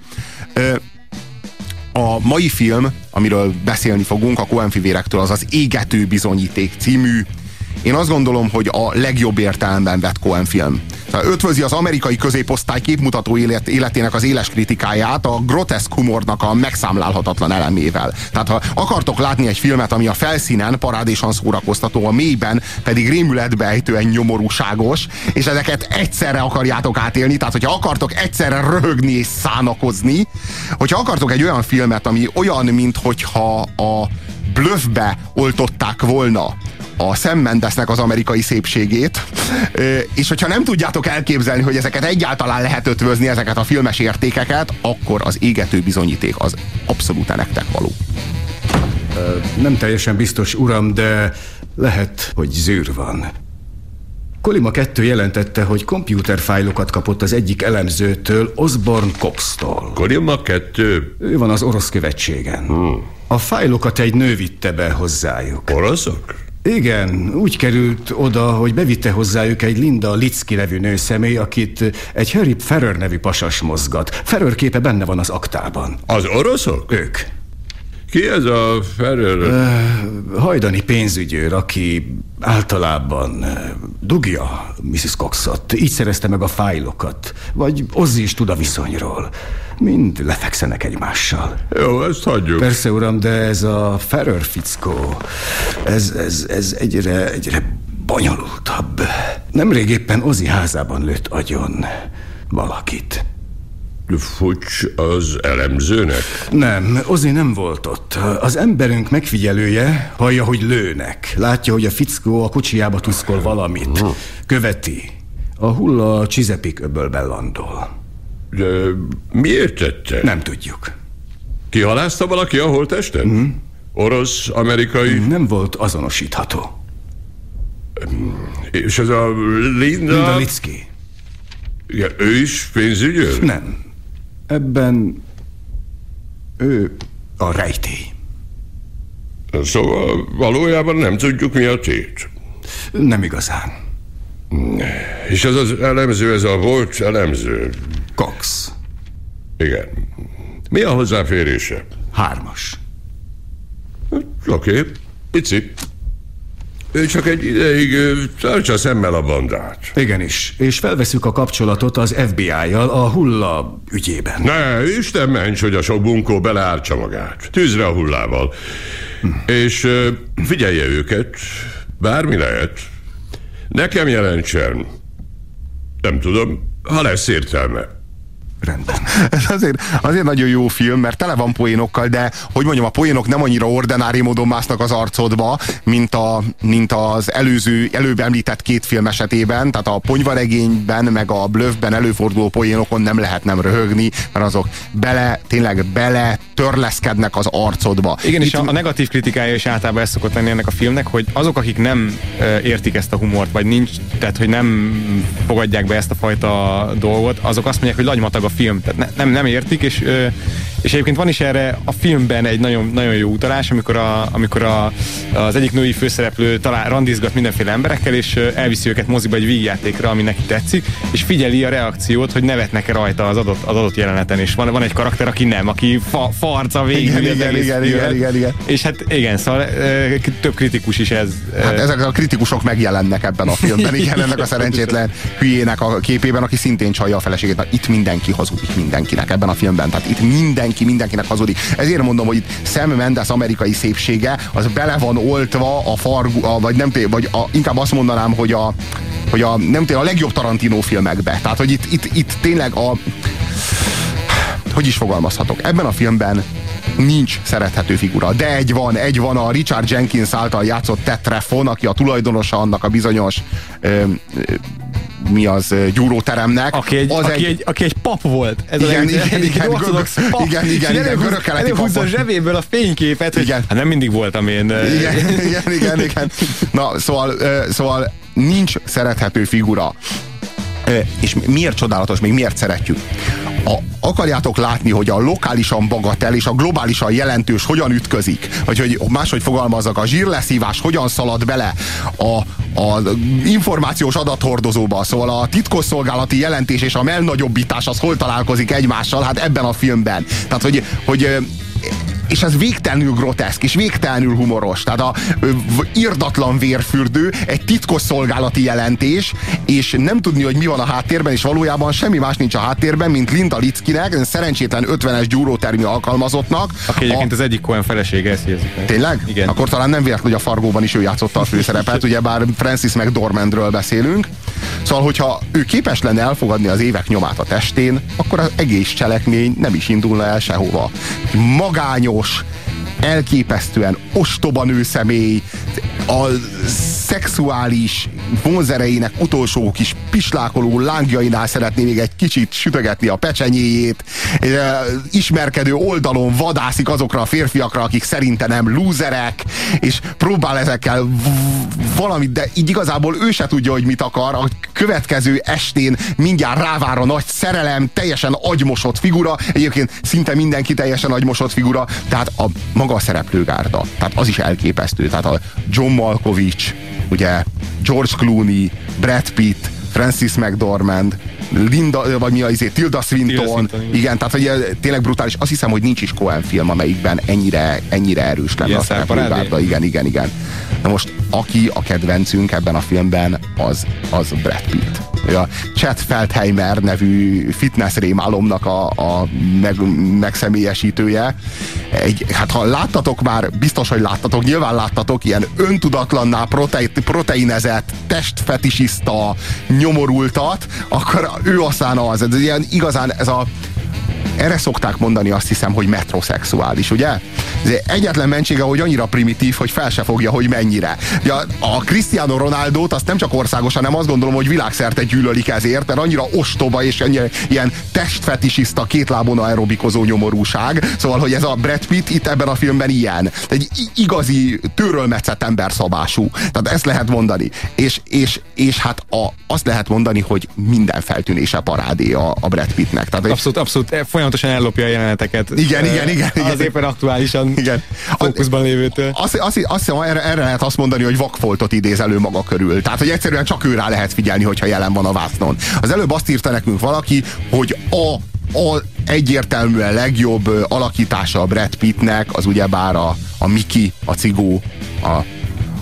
A mai film, amiről beszélni fogunk a Coen fivérektől, az Égető bizonyíték című, én azt gondolom, hogy a legjobb értelemben vett Coen film. Ötvözi az amerikai középosztály képmutató életének az éles kritikáját a groteszk humornak a megszámlálhatatlan elemével. Tehát ha akartok látni egy filmet, ami a felszínen parádésan szórakoztató, a mélyben pedig rémületbeejtően nyomorúságos, és ezeket egyszerre akarjátok átélni, tehát hogyha akartok egyszerre röhögni és szánakozni, hogyha akartok egy olyan filmet, ami olyan, minthogyha a Bluffbe oltották volna a Sam Mendesnek az amerikai szépségét, és hogyha nem tudjátok elképzelni, hogy ezeket egyáltalán lehet ötvözni, ezeket a filmes értékeket, akkor az Égető bizonyíték az abszolút nektek való. Nem teljesen biztos, uram, de lehet, hogy zűr van. Kolima 2 jelentette, hogy kompjúterfájlokat kapott az egyik elemzőtől, Osborne Cox-tól. Kolima 2? Ő van az orosz követségen. A fájlokat egy nő vitte be hozzájuk. Oroszok? Igen, úgy került oda, hogy bevitte hozzájuk egy Linda Litzky nevű nőszemély, akit egy Harry Ferrer nevű pasas mozgat. Ferrer képe benne van az aktában. Az oroszok? Ők. Ki ez a Ferrer? Hajdani pénzügyőr, aki általában dugja Mrs. Coxot. Így szerezte meg a fájlokat. Vagy Ozzy is tud a viszonyról. Mind lefekszenek egymással. Jó, ezt hagyjuk. Persze, uram, de ez a Ferrer fickó, ez egyre bonyolultabb. Nemrég éppen Ozzy házában lőtt agyon valakit. Fucs az elemzőnek? Nem, Ozzy nem volt ott. Az emberünk megfigyelője hallja, hogy lőnek. Látja, hogy a fickó a kocsijába tuszkol valamit. Követi. A hulla a Chesapeake öbölben landol. De miért tette? Nem tudjuk. Kihalázta valaki a holttestet? Orosz, amerikai? Nem volt azonosítható. És ez a Linda Litzky. Ja, ő is pénzügyőr? Nem. Ebben ő a rejtély. Szóval valójában nem tudjuk, mi a tét. Nem igazán. És ez az elemző, ez a volt elemző? Cox. Igen. Mi a hozzáférése? 3-as. Oké. Pici. Ő csak egy ideig tartsa szemmel a bandát. Igenis, és felveszük a kapcsolatot az FBI-jal a hulla ügyében. Ne, Isten ments, hogy a sok bunkó beleártsa magát. Tűzre a hullával. És figyelje őket, bármi lehet. Nekem jelentsen. Nem tudom, ha lesz értelme. Rendben. Ez azért nagyon jó film, mert tele van poénokkal, de hogy mondjam, a poénok nem annyira ordinári módon másznak az arcodba, mint az előbb említett két film esetében, tehát a Ponyvaregényben meg a Bluffben előforduló poénokon nem lehet nem röhögni, mert azok tényleg bele törleszkednek az arcodba. Igen, és a negatív kritikája is általában ez szokott lenni ennek a filmnek, hogy azok, akik nem értik ezt a humort, vagy nincs, tehát hogy nem fogadják be ezt a fajta dolgot, azok azt mondják, hogy lagymatag a film, tehát nem értik, és egyébként van is erre a filmben egy nagyon, nagyon jó utalás, amikor az egyik női főszereplő randizgat mindenféle emberekkel, és elviszi őket moziba egy vígjátékra, ami neki tetszik, és figyeli a reakciót, hogy nevetnek-e rajta az adott jeleneten, és van egy karakter, aki nem, aki farca végül. Igen. És hát igen, szóval több kritikus is ez. Hát ezek a kritikusok megjelennek ebben a filmben, igen, ennek a szerencsétlen hülyének a képében, aki szintén csalja a feleségét. Na, itt mindenki hazudik mindenkinek ebben a filmben, tehát itt mindenkinek hazudik. Ezért mondom, hogy itt Sam Mendes amerikai szépsége, az bele van oltva inkább azt mondanám, hogy a legjobb Tarantino filmekbe. Tehát, hogy itt tényleg hogy is fogalmazhatok? Ebben a filmben nincs szerethető figura, de egy van a Richard Jenkins által játszott Ted Treffon, aki a tulajdonosa annak a bizonyos gyúróteremnek. Aki egy pap volt. Ez igen, előhúzza a zsebéből a fényképet, hogy hát nem mindig voltam én. Igen. Na, szóval nincs szerethető figura. És miért csodálatos, még miért szeretjük? Akarjátok látni, hogy a lokálisan bagatel és a globálisan jelentős hogyan ütközik, vagy hogy máshogy fogalmazzak, a zsírleszívás hogyan szalad bele a információs adathordozóba, szóval a titkosszolgálati jelentés és a melnagyobbítás az hol találkozik egymással, hát ebben a filmben. Tehát, hogy és ez végtelenül groteszk, és végtelenül humoros. Tehát a irdatlan vérfürdő, egy titkosszolgálati jelentés, és nem tudni, hogy mi van a háttérben, és valójában semmi más nincs a háttérben, mint Linda Litzkinek, szerencsétlen 50-es gyúrótermi alkalmazottnak. Aki egyébként az egyik Coen felesége, ezt érzik meg. Tényleg? Igen. Akkor talán nem véletlen, hogy a Fargóban is ő játszotta a főszerepet, ugyebár Francis McDormandről beszélünk. Szóval, hogyha ő képes lenne elfogadni az évek nyomát a testén, akkor az egész cselekmény nem is indulna el sehova. Magányos, elképesztően ostoba nőszemély, a szexuális vonzereinek utolsó kis pislákoló lángjainál szeretné még egy kicsit sütögetni a pecsenyéjét, ismerkedő oldalon vadászik azokra a férfiakra, akik szerinte nem lúzerek, és próbál ezekkel valamit, de így igazából ő se tudja, hogy mit akar. A következő estén mindjárt rávár a nagy szerelem, teljesen agymosott figura, egyébként szinte mindenki teljesen agymosott figura, tehát maga a szereplőgárda, tehát az is elképesztő, tehát a John Malkovich, ugye George Clooney, Brad Pitt, Francis McDormand, Tilda Swinton, igen, tehát hogy tényleg brutális. Azt hiszem, hogy nincs is Coen film, amelyikben ennyire erős lenne a szereplőgárda. Igen. Na most, aki a kedvencünk ebben a filmben, az Brad Pitt. A Chet Feldheimer nevű fitness rémálomnak a megszemélyesítője. Hát ha láttatok már, biztos, hogy láttatok, nyilván láttatok ilyen öntudatlanná proteinezett, testfetisiszta nyomorultat, akkor ő aztán az ilyen igazán erre szokták mondani, azt hiszem, hogy metrosexuális, ugye? Ez egyetlen mentsége, hogy annyira primitív, hogy fel se fogja, hogy mennyire. A Cristiano Ronaldót azt nem csak országosan, hanem azt gondolom, hogy világszerte gyűlölik ezért, mert annyira ostoba és ilyen testfetisiszta, kétlábon aerobikozó nyomorúság. Szóval, hogy ez a Brad Pitt itt ebben a filmben ilyen. Egy igazi tőrölmetszett emberszabású. Tehát ezt lehet mondani. És hát azt lehet mondani, hogy minden feltűnése parádé a Brad Pittnek. Tehát, abszolút folyamatosan ellopja a jeleneteket. Igen. Az éppen aktuálisan fókuszban lévőtől. Azt hiszem, erre lehet azt mondani, hogy vakfoltot idéz elő maga körül. Tehát, hogy egyszerűen csak ő rá lehet figyelni, hogyha jelen van a vásznon. Az előbb azt írta nekünk valaki, hogy egyértelműen legjobb alakítása a Brad Pittnek az ugyebár a Mickey, a cigó,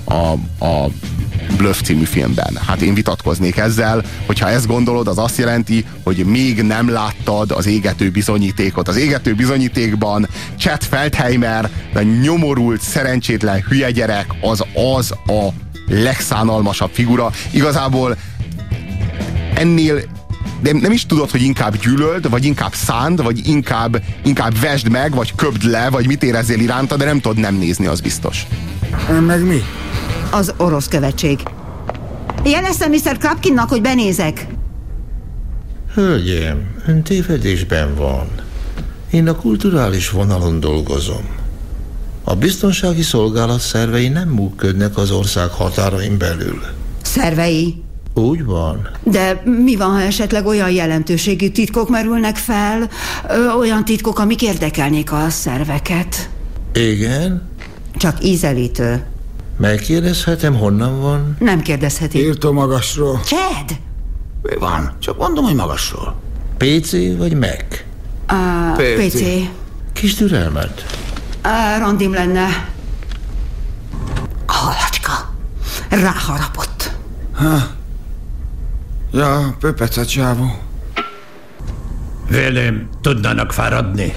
a Bluff című filmben. Hát én vitatkoznék ezzel, hogyha ezt gondolod, az azt jelenti, hogy még nem láttad az égető bizonyítékot. Az égető bizonyítékban Chet Feldheimer, a nyomorult, szerencsétlen hülye gyerek, az a legszánalmasabb figura. Igazából ennél nem is tudod, hogy inkább gyűlöld, vagy inkább szánd, vagy inkább vesd meg, vagy köpd le, vagy mit érezzél iránta, de nem tudod nem nézni, az biztos. Meg mi? Az orosz követség. Jeleztem Mr. Krapkinnak, hogy benézek. Hölgyem, ön tévedésben van. Én a kulturális vonalon dolgozom. A biztonsági szolgálat szervei nem működnek az ország határain belül. Szervei? Úgy van. De mi van, ha esetleg olyan jelentőségű titkok merülnek fel, olyan titkok, amik érdekelnék a szerveket? Igen? Csak ízelítő. Megkérdezhetem, honnan van? Nem kérdezheti. Írtó magasról. Chad! Mi van? Csak mondom, hogy magasról. PC vagy Mac? PC. Kis türelmet. Randim lenne. A halacska. Ráharapott. Ja, pöpec a csávó. Velem tudnának fáradni.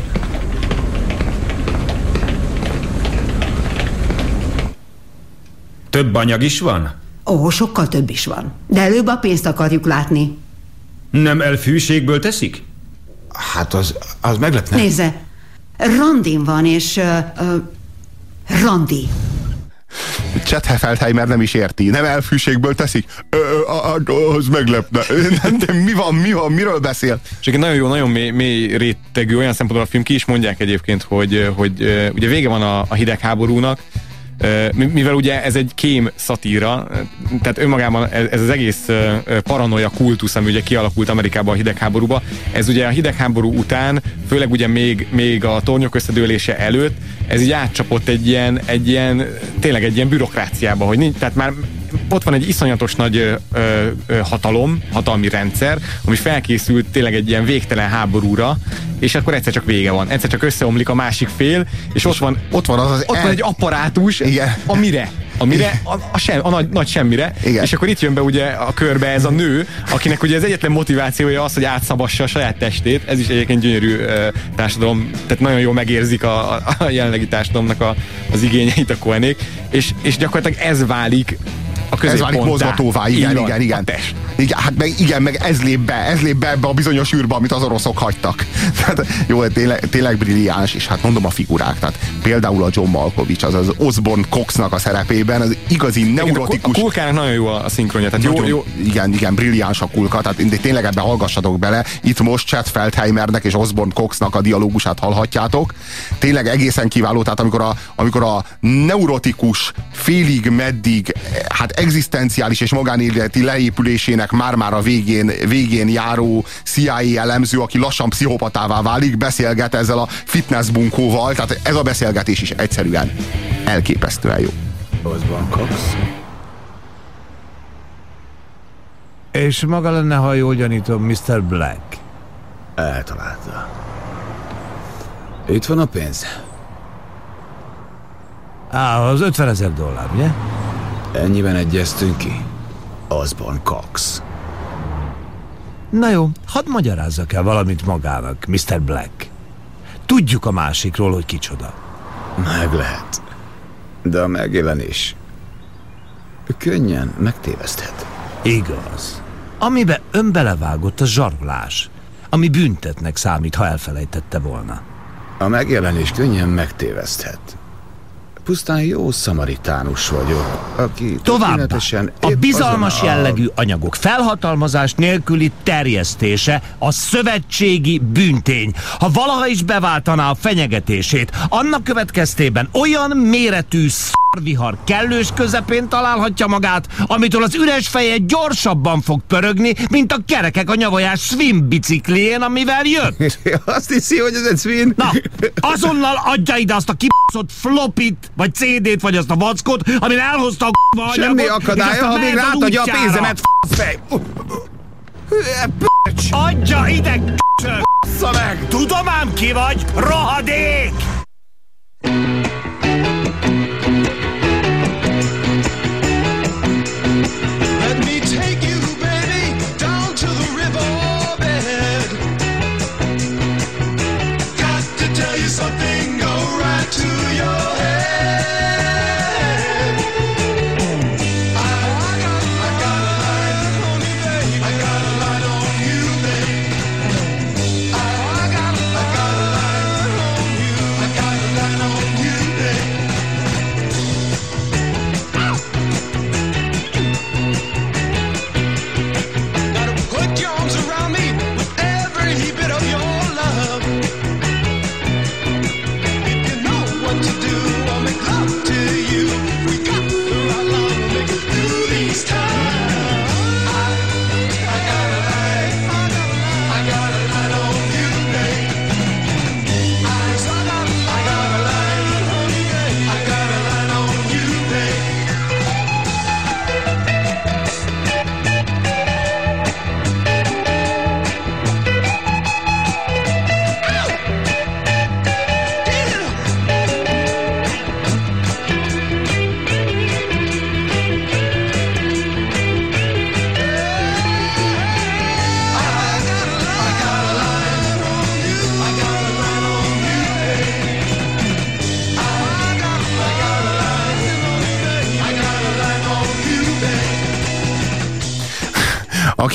Több anyag is van? Ó, sokkal több is van. De előbb a pénzt akarjuk látni. Nem elfűségből teszik? Hát az meglepne. Nézze, Randin van, és Randi. Chet Feldheimer nem is érti. Nem elfűségből teszik? Az meglepne. De mi van, miről beszél? És egy nagyon jó, nagyon mély rétegű, olyan szempontból a film, ki is mondják egyébként, hogy ugye vége van a hidegháborúnak, mivel ugye ez egy kém szatíra, tehát önmagában ez az egész paranoia kultusz, ami ugye kialakult Amerikában a hidegháborúba, ez ugye a hidegháború után, főleg ugye még a tornyok összedőlése előtt, ez így átcsapott egy ilyen tényleg egy ilyen bürokráciába, hogy nincs, tehát már ott van egy iszonyatos nagy hatalmi rendszer, ami felkészült tényleg egy ilyen végtelen háborúra, és akkor egyszer csak vége van. Egyszer csak összeomlik a másik fél, és ott van egy apparátus, igen. A nagy semmire, igen. És akkor itt jön be ugye a körbe ez a nő, akinek ugye az egyetlen motivációja az, hogy átszabassa a saját testét. Ez is egyébként gyönyörű társadalom, tehát nagyon jól megérzik a jelenlegi társadalomnak az igényeit a Coenék, és gyakorlatilag ez válik a középponttá. Ez válik mozgatóvá, igen. A test. Igen, meg ez lép be ebbe a bizonyos űrbe, amit az oroszok hagytak. Tehát, jó, tényleg brilliáns, és hát mondom a figurák, tehát például a John Malkovich, az Osborne Coxnak a szerepében, az igazi neurotikus... A Kulkának nagyon jó a szinkronja, tehát jó. Igen, brilliáns a Kulka, tehát tényleg ebbe hallgassatok bele. Itt most Chet Feldheimernek és Osborne Coxnak a dialógusát hallhatjátok. Tényleg egészen kiváló, tehát amikor a neurotikus félig meddig, hát egzisztenciális és magánéleti leépülésének már a végén járó CIA elemző, aki lassan pszichopatává válik, beszélget ezzel a fitness bunkóval, tehát ez a beszélgetés is egyszerűen elképesztően jó. Osborne Cox. És maga lenne, ha jól gyanítom, Mr. Black? Eltalálta. Itt van a pénz. Az $50,000, ugye? Ennyiben egyeztünk ki. Osborne Cox. Na jó, hadd magyarázzak el valamit magának, Mr. Black. Tudjuk a másikról, hogy kicsoda. Meg lehet. De a megjelenés könnyen megtéveszthet. Igaz. Amibe ön belevágott, a zsarolás, ami büntetnek számít, ha elfelejtette volna. A megjelenés könnyen megtéveszthet. Pusztán jó szamaritánus vagyok, aki továbbá, a bizalmas jellegű anyagok felhatalmazás nélküli terjesztése a szövetségi bűntény. Ha valaha is beváltaná a fenyegetését, annak következtében olyan méretű szarvihar kellős közepén találhatja magát, amitől az üres feje gyorsabban fog pörögni, mint a kerekek a nyavajás swing biciklién, amivel jött. Azt hiszi, hogy ez egy swing? Na, azonnal adja ide azt a kibaszott flopit, vagy CD-t, vagy azt a vackot, amin elhozta a anyagot. Semmi akadálya, ha még rátadja a pénzemet, fej! Adja ide, k***szal meg! Tudom ám ki vagy, rohadék!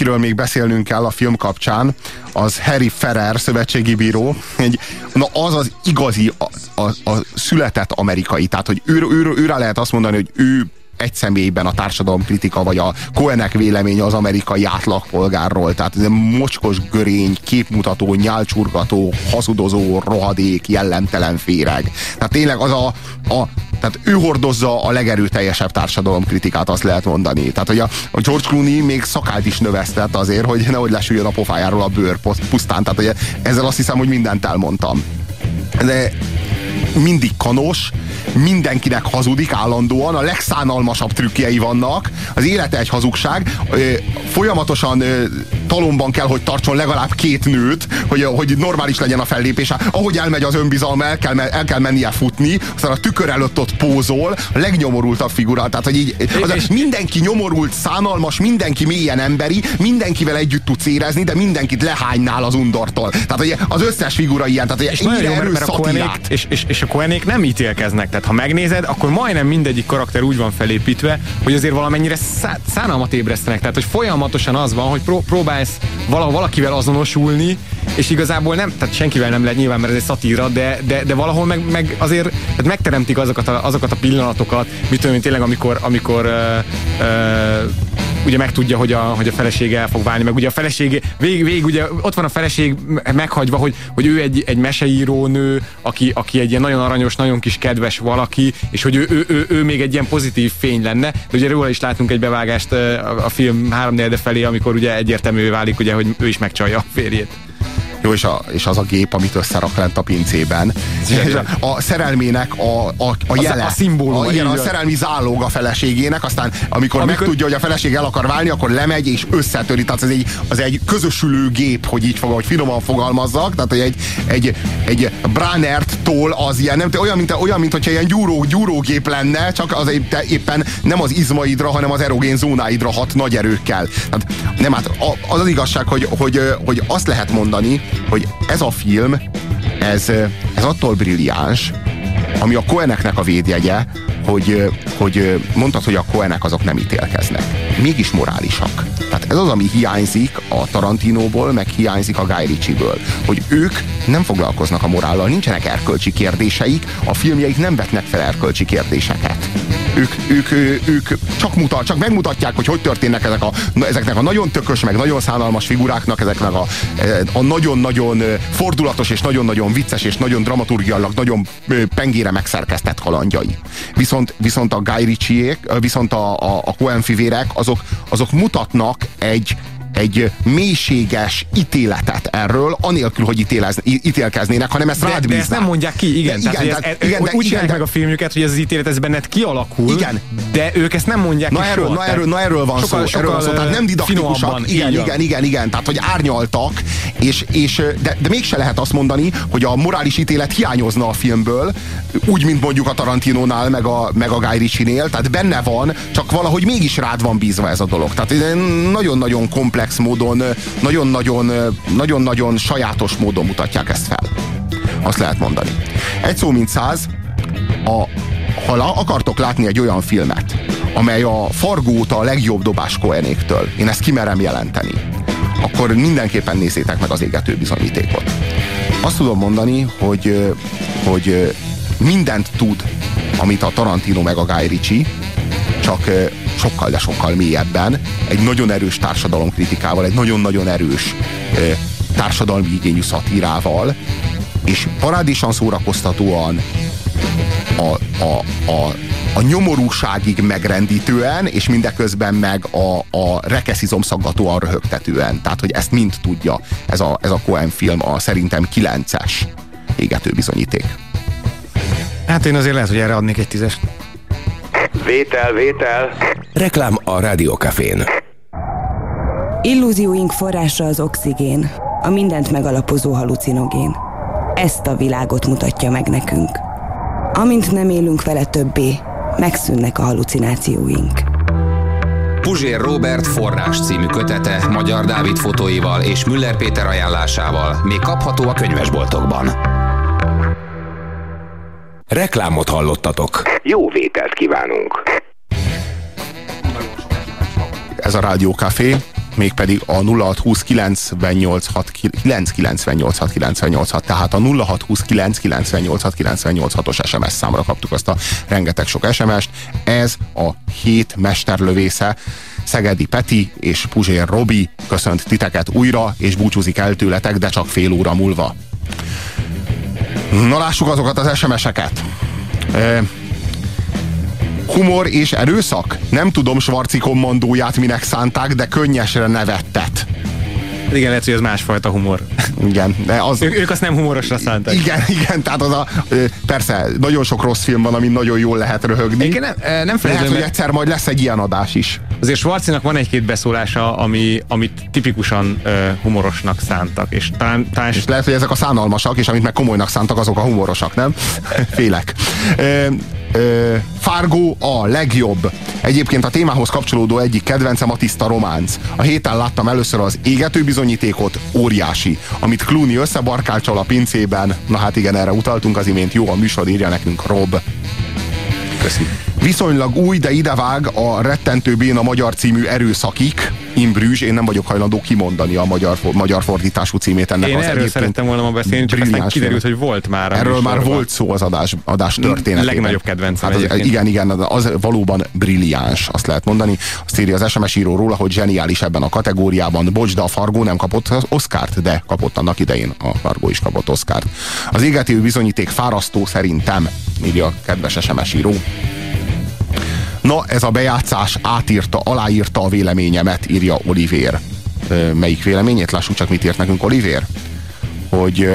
akiről még beszélnünk kell a film kapcsán, az Harry Ferrer, szövetségi bíró. Az igazi, a született amerikai. Tehát, hogy őre lehet azt mondani, hogy ő egy személyben a társadalomkritika, vagy a Cohenek véleménye az amerikai átlagpolgárról. Tehát ez egy mocskos görény, képmutató, nyálcsurgató, hazudozó, rohadék, jellemtelen féreg. Tehát tényleg tehát ő hordozza a legerőteljesebb társadalomkritikát, azt lehet mondani. Tehát, hogy a George Clooney még szakállt is növesztett azért, hogy nehogy lesüljön a pofájáról a bőr pusztán. Tehát, hogy ezzel azt hiszem, hogy mindent elmondtam. De mindig kanos, mindenkinek hazudik állandóan, a legszánalmasabb trükkjei vannak, az élete egy hazugság, folyamatosan talomban kell, hogy tartson legalább 2 nőt, hogy normális legyen a fellépése. Ahogy elmegy az önbizalma, el kell mennie futni, aztán a tükör előtt ott pózol, a legnyomorultabb figura. Tehát, hogy így, mindenki nyomorult, szánalmas, mindenki mélyen emberi, mindenkivel együtt tudsz érezni, de mindenkit lehánynál az undortól. Tehát, hogy az összes figura ilyen, tehát és nagyon jó, mert a Cohenék nem ítélkeznek. Tehát ha megnézed, akkor majdnem mindegyik karakter úgy van felépítve, hogy azért valamennyire szánalmat ébresztenek. Tehát, hogy folyamatosan az van, hogy próbálsz valakivel azonosulni, és igazából nem, tehát senkivel nem lehet nyilván, mert ez egy szatíra, de valahol meg azért tehát megteremtik azokat a pillanatokat, mit tudom én tényleg, amikor ugye megtudja, hogy a felesége el fog válni, meg ugye a feleség végig ugye ott van a feleség meghagyva, hogy ő egy meseíró nő, aki egy ilyen nagyon aranyos, nagyon kis kedves valaki, és hogy ő még egy ilyen pozitív fény lenne, de ugye róla is látunk egy bevágást a film 3/4 felé, amikor ugye egyértelművé válik, ugye, hogy ő is megcsalja a férjét. Jó, és az a gép, amit összerak lent a pincében. A szerelmének a jele. A szimbóluma. Igen, a szerelmi zálog a feleségének, aztán amikor megtudja, hogy a feleség el akar válni, akkor lemegy és összetöri. Tehát az egy közösülő gép, hogy így hogy finoman fogalmazzak. Tehát, hogy egy Brannert-tól az ilyen, nem, olyan, mint hogyha ilyen gyúrógép lenne, csak az éppen nem az izmaidra, hanem az erogén zónáidra hat nagy erőkkel. Tehát, nem, hát az igazság, hogy azt lehet mondani, hogy ez a film, ez attól brilliáns, ami a Coheneknek a védjegye, hogy mondtad, hogy a Cohenek azok nem ítélkeznek. Mégis morálisak. Tehát ez az, ami hiányzik a Tarantinóból, meg hiányzik a Guy Ritchie-ből. Hogy ők nem foglalkoznak a morállal, nincsenek erkölcsi kérdéseik, a filmjeik nem vetnek fel erkölcsi kérdéseket. Ők csak megmutatják, hogy történnek ezeknek a nagyon tökös, meg nagyon szánalmas figuráknak, ezeknek a nagyon-nagyon fordulatos, és nagyon-nagyon vicces, és nagyon dramaturgiailag, nagyon pengére megszerkesztett kalandjai. Viszont a Guy Ritchie-ék, viszont a Cohen fivérek, azok mutatnak egy mélységes ítéletet erről, anélkül, hogy ítélkeznének, hanem ezt rád bíznák. De ezt nem mondják ki, igen. Úgy csinálják meg a filmjüket, hogy ez az ítélet ez benned kialakul, igen. De ők ezt nem mondják ki soha. Erről van szó. Tehát nem didaktikusak. Igen. Tehát, hogy árnyaltak, de mégse lehet azt mondani, hogy a morális ítélet hiányozna a filmből, úgy, mint mondjuk a Tarantinónál, meg a Guy Ritchie-nél, tehát benne van, csak valahogy mégis rád van bízva ez a dolog. Tehát nagyon-nagyon komplex módon, nagyon-nagyon sajátos módon mutatják ezt fel. Azt lehet mondani. Egy szó mint 100, ha akartok látni egy olyan filmet, amely a Fargo óta a legjobb dobás Cohenéktől, én ezt kimerem jelenteni, akkor mindenképpen nézzétek meg az Égető bizonyítékot. Azt tudom mondani, hogy mindent tud, amit a Tarantino meg a Guy Ritchie, csak sokkal, de sokkal mélyebben, egy nagyon erős társadalomkritikával, egy nagyon-nagyon erős társadalmi igényű szatírával, és parádésan szórakoztatóan a nyomorúságig megrendítően, és mindeközben meg a rekeszizomszaggatóan röhögtetően. Tehát, hogy ezt mind tudja ez a Cohen film, a szerintem 9-es Égető bizonyíték. Hát én azért lehet, hogy erre adnék egy 10-est. Vétel. Reklám a Rádiókafén. Illúzióink forrása az oxigén, a mindent megalapozó halucinogén. Ezt a világot mutatja meg nekünk. Amint nem élünk vele többé, megszűnnek a halucinációink. Puzsér Róbert Forrás című kötete Magyar Dávid fotóival és Müller Péter ajánlásával még kapható a könyvesboltokban. Reklámot hallottatok. Jó vételt kívánunk. Ez a Rádiókafé, mégpedig a 0629986998, tehát a 0629986986-os SMS számra kaptuk azt a rengeteg sok SMS-t. Ez a hét mesterlövésze, Szegedi Peti és Puzsér Robi köszönt titeket újra, és búcsúzik el tőletek, de csak fél óra múlva. Na, lássuk azokat az SMS-eket. Humor és erőszak? Nem tudom, Schwarzi kommandóját minek szánták, de könnyesre nevettet. Igen, lehet, hogy ez másfajta humor. Igen, de az... Ők azt nem humorosra szánták. Igen, tehát az persze, nagyon sok rossz film van, amin nagyon jól lehet röhögni. Nem lehet, hogy egyszer majd lesz egy ilyen adás is. Azért Schwarzinak van egy-két beszólása, amit tipikusan humorosnak szántak, és talán és lehet, hogy ezek a szánalmasak, és amit meg komolynak szántak, azok a humorosak, nem? Félek. Fargo a legjobb. Egyébként a témához kapcsolódó egyik kedvencem a Tiszta románc. A héten láttam először az Égető bizonyítékot, óriási. Amit Clooney összebarkácsol a pincében. Na hát igen, erre utaltunk az imént. Jó a műsor, írja nekünk Rob. Köszi. Viszonylag új, de idevág a Rettentő béna magyar című Erőszakik, in Bruges. Én nem vagyok hajlandó kimondani a magyar fordítású címét ennek. Én az erről szerettem volna ma beszélni, csak aztán kiderült, hogy volt már. Erről már volt szó az adás történetében. Legnagyobb kedvencem hát igen, az valóban brilliáns, azt lehet mondani. Azt írja az SMS író róla, hogy zseniális ebben a kategóriában. Bocs, de a Fargo nem kapott Oscart, de kapott annak idején. A Fargo is kapott Oscart. Az Égető bizonyíték fárasztó szerintem, írja a kedves SMS író. Na, ez a bejátszás aláírta a véleményemet, írja Olivér. Melyik véleményét? Lássuk csak, mit írt nekünk Olivér. Hogy...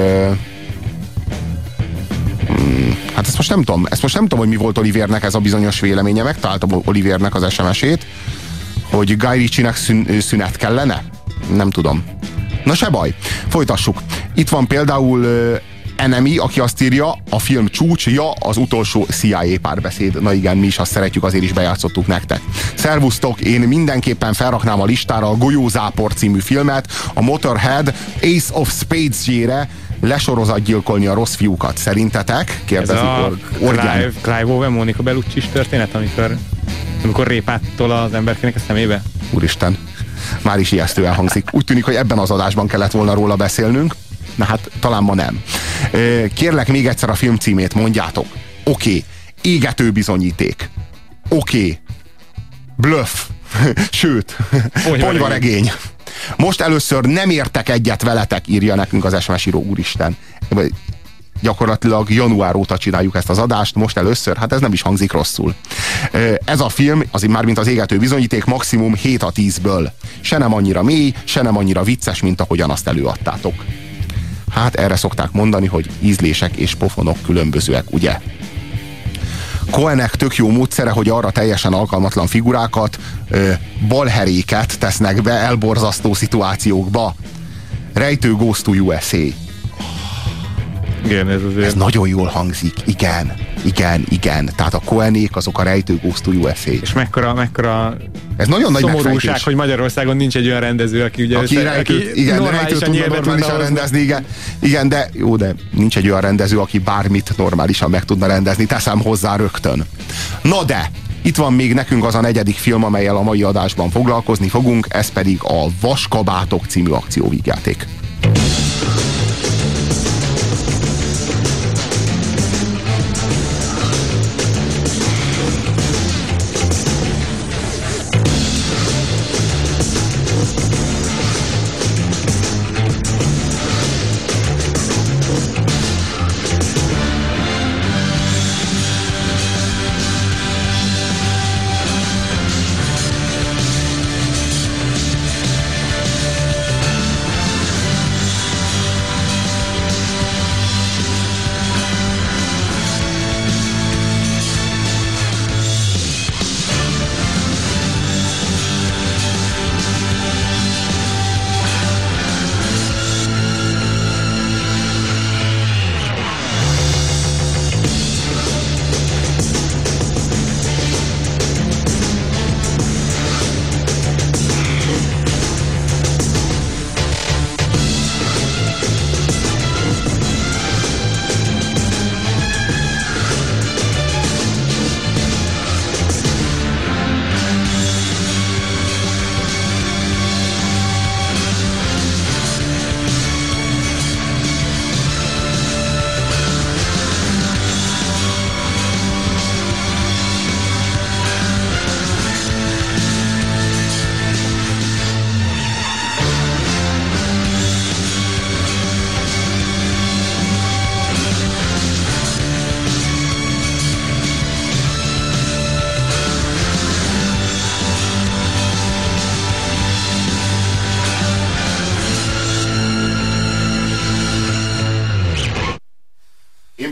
hát ezt most nem tudom, hogy mi volt Olivérnek ez a bizonyos véleménye. Megtaláltam Olivérnek az SMS-ét, hogy Guy Ritchie-nek szünet kellene? Nem tudom. Na, se baj. Folytassuk. Itt van például... Enemy, aki azt írja, a film csúcsja az utolsó CIA párbeszéd. Na igen, mi is azt szeretjük, azért is bejátszottuk nektek. Szervusztok, én mindenképpen felraknám a listára a Golyózápor című filmet, a Motorhead Ace of Spades-jére lesorozatgyilkolni a rossz fiúkat. Szerintetek? Kérdezik Clive Owen, Monica Bellucci-s történet, amikor répát tol az emberkének a szemébe? Úristen, már is ijesztően hangzik. Úgy tűnik, hogy ebben az adásban kellett volna róla beszélnünk. Na hát, talán ma nem. Kérlek, még egyszer a film címét mondjátok. Oké. Égető bizonyíték. Oké. Bluff. Sőt, ponyvaregény. Most először nem értek egyet veletek, írja nekünk az SMS író. Úristen. Gyakorlatilag január óta csináljuk ezt az adást, most először, hát ez nem is hangzik rosszul. Ez a film, már mint az Égető bizonyíték, maximum 7/10-ből. Se nem annyira mély, se nem annyira vicces, mint ahogyan azt előadtátok. Hát erre szokták mondani, hogy ízlések és pofonok különbözőek, ugye? Coenek tök jó módszere, hogy arra teljesen alkalmatlan figurákat, balheréket tesznek be elborzasztó szituációkba. Rejtő Goes to USA. Igen, ez nagyon jól hangzik. Igen. Tehát a Coenék azok a Rejtő Goes to USA. És mekkora ez nagyon nagy szomorúság, megfejtés, hogy Magyarországon nincs egy olyan rendező, aki ugye normálisan rendezni. Igen, de nincs egy olyan rendező, aki bármit normálisan meg tudna rendezni. Teszem hozzá rögtön. Na de, itt van még nekünk az a 4. film, amellyel a mai adásban foglalkozni fogunk, ez pedig a Vaskabátok című akcióvígjáték.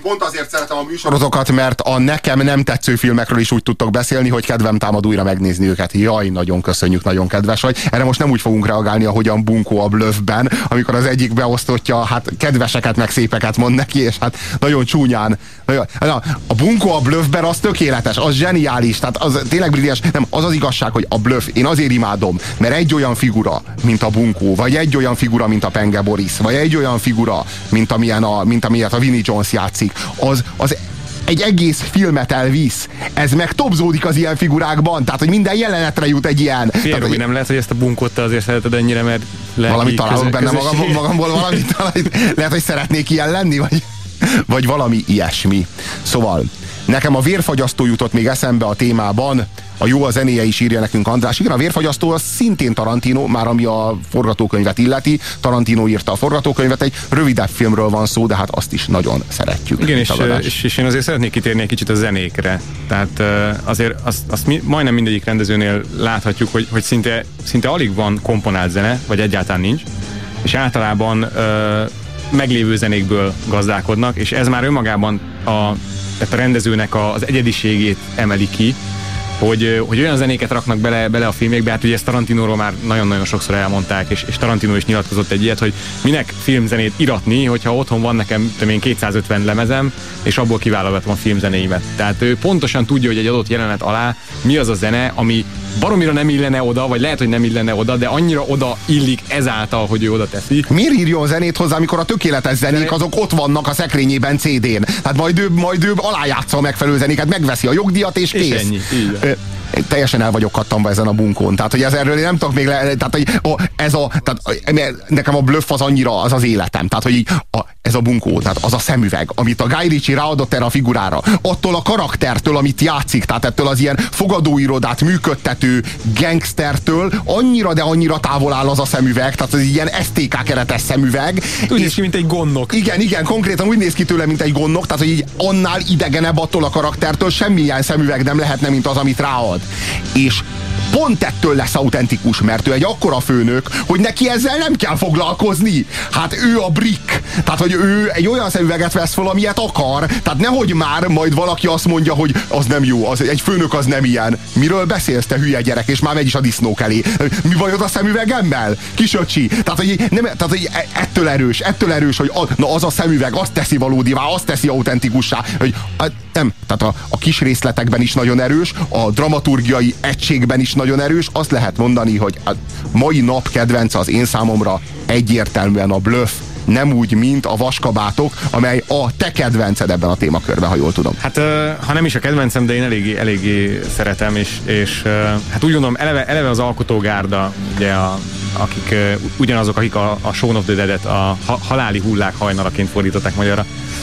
pont azért szeretem a műsorotokat, mert a nekem nem tetsző filmekről is úgy tudtok beszélni, hogy kedvem támad újra megnézni őket. Jaj, nagyon köszönjük, nagyon kedves vagy. Erre most nem úgy fogunk reagálni, ahogyan Bunkó a Bluffben, amikor az egyik beosztottja, hát kedveseket meg szépeket mond neki, és hát nagyon csúnyán. A Bunkó a Bluffben az tökéletes, az zseniális, tehát az tényleg brilliáns. Nem, az az igazság, hogy a Bluff, én azért imádom, mert egy olyan figura, mint a Bunkó, vagy egy olyan figura, mint a Penge Boris, vagy egy olyan figura, mint amilyet a Vinnie Jones játszik, az egy egész filmet elvisz. Ez meg topzódik az ilyen figurákban, tehát hogy minden jelenetre jut egy ilyen. Fél, hogy nem lehet, hogy ezt a Bunkót te azért szereted ennyire, mert valamit találok benne magamból, valamit lehet, hogy szeretnék ilyen lenni, vagy valami ilyesmi. Szóval nekem a Vérfagyasztó jutott még eszembe a témában. A jó a zenéje is, írja nekünk András. Igen, a Vérfagyasztó az szintén Tarantino, már ami a forgatókönyvet illeti. Tarantino írta a forgatókönyvet, egy rövidebb filmről van szó, de hát azt is nagyon szeretjük. Igen, és én azért szeretnék kitérni egy kicsit a zenékre. Tehát azért azt majdnem mindegyik rendezőnél láthatjuk, hogy szinte alig van komponált zene, vagy egyáltalán nincs, és általában meglévő zenékből gazdálkodnak, és ez már önmagában tehát a rendezőnek az egyediségét emeli ki, hogy olyan zenéket raknak bele a filmekbe, hát ugye ezt Tarantinóról már nagyon-nagyon sokszor elmondták, és Tarantino is nyilatkozott egy ilyet, hogy minek filmzenét iratni, hogyha otthon van nekem 250 lemezem, és abból kiválogatom a filmzenéimet. Tehát ő pontosan tudja, hogy egy adott jelenet alá mi az a zene, ami baromira nem illene oda, vagy lehet, hogy nem illene oda, de annyira oda illik ezáltal, hogy ő oda teszi. Miért írjon zenét hozzá, amikor a tökéletes zenék azok ott vannak a szekrényében CD-n? Hát majd ő alájátsza a megfelelő zenéket, megveszi a jogdíjat és kész. És ennyi, teljesen el vagyok kattanva ezen a bunkón. Tehát, hogy erről én nem tudok még tehát, hogy nekem a Bluff az annyira az életem. Tehát, hogy ez a bunkó, tehát az a szemüveg, amit a Guy Ritchie ráadott erre a figurára, attól a karaktertől, amit játszik, tehát ettől az ilyen fogadóirodát működtető gangstertől annyira, de annyira távol áll az a szemüveg, tehát az ilyen STK keretes szemüveg. Úgy néz ki, mint egy gondnok. Igen, konkrétan úgy néz ki tőle, mint egy gondnok, tehát, hogy így annál idegenebb attól a karaktertől semmilyen szemüveg nem lehetne, mint az, amit ráad. És pont ettől lesz autentikus, mert ő egy akkora főnök, hogy neki ezzel nem kell foglalkozni. Hát ő a brick. Tehát, hogy ő egy olyan szemüveget vesz fel, amilyet akar. Tehát nehogy már majd valaki azt mondja, hogy az nem jó, egy főnök az nem ilyen. Miről beszélsz, te hülye gyerek, és már megy is a disznók elé. Mi bajod a szemüvegemmel? Kisöcsi. Tehát, hogy ettől erős, hogy az a szemüveg, azt teszi valódivá, azt teszi autentikussá. Hogy, nem, tehát a kis részletekben is nagyon erős, a dramaturgiai egységben is nagyon erős. Azt lehet mondani, hogy a mai nap kedvence az én számomra egyértelműen a Bluff, nem úgy, mint a Vaskabátok, amely a te kedvenced ebben a témakörben, ha jól tudom. Hát, ha nem is a kedvencem, de én eléggé szeretem, és hát úgy gondolom, eleve az alkotógárda, ugye, akik ugyanazok, akik a Shaun of the Dead-et a Haláli hullák hajnalaként fordították magyarra,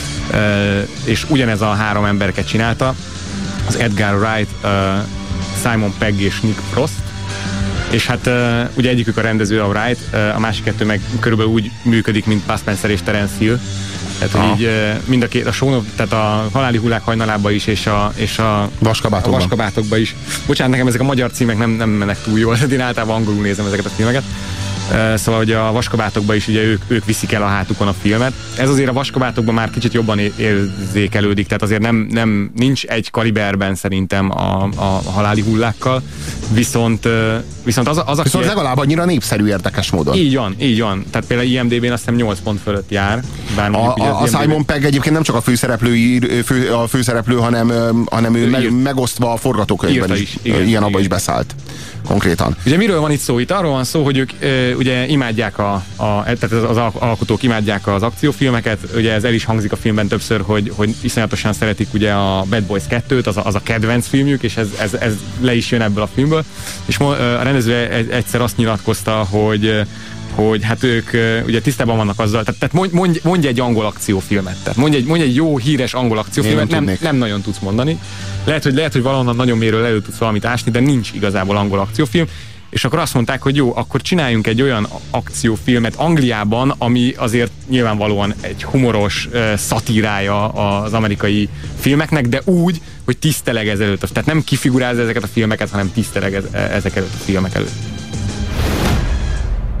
és ugyanez a három embereket csinálta, az Edgar Wright, Simon Pegg és Nick Frost, és hát ugye egyikük a rendező, a Wright, a másik kettő meg körülbelül úgy működik, mint Bud Spencer és Terence Hill. Tehát így mind a két, tehát a Haláli hullák hajnalában is, és a Vaskabátokban is. Bocsánat, nekem ezek a magyar címek nem mennek túl jól, de én általában angolul nézem ezeket a filmeket. Szóval, hogy a Vaskabátokban is ugye ők viszik el a hátukon a filmet. Ez azért a Vaskabátokban már kicsit jobban érzékelődik, tehát azért nincs egy kaliberben szerintem a Haláli hullákkal, viszont az viszont legalább annyira népszerű, érdekes módon. Így van. Tehát például IMDb-n azt hiszem 8 pont fölött jár. A Simon Pegg egyébként nem csak a főszereplő, hanem ő megosztva a forgatókönyvben is. Igen, abban is beszállt. Konkrétan. Ugye miről van itt szó? Itt arról van szó, hogy ők ugye imádják tehát az alkotók imádják az akciófilmeket, ugye ez el is hangzik a filmben többször, hogy iszonyatosan szeretik ugye a Bad Boys 2-t, az a kedvenc filmjük, és ez le is jön ebből a filmből, és a rendező egyszer azt nyilatkozta, hogy hát ők ugye tisztában vannak azzal, tehát mondj egy angol akciófilmet, tehát mondj egy jó, híres angol akciófilmet, nem nagyon tudsz mondani. Lehet, hogy valahonnan nagyon méről elő tudsz valamit ásni, de nincs igazából angol akciófilm, és akkor azt mondták, hogy jó, akkor csináljunk egy olyan akciófilmet Angliában, ami azért nyilvánvalóan egy humoros szatírája az amerikai filmeknek, de úgy, hogy tiszteleg ezelőtt. Tehát nem kifigurálza ezeket a filmeket, hanem tiszteleg ezek előtt a filmek előtt.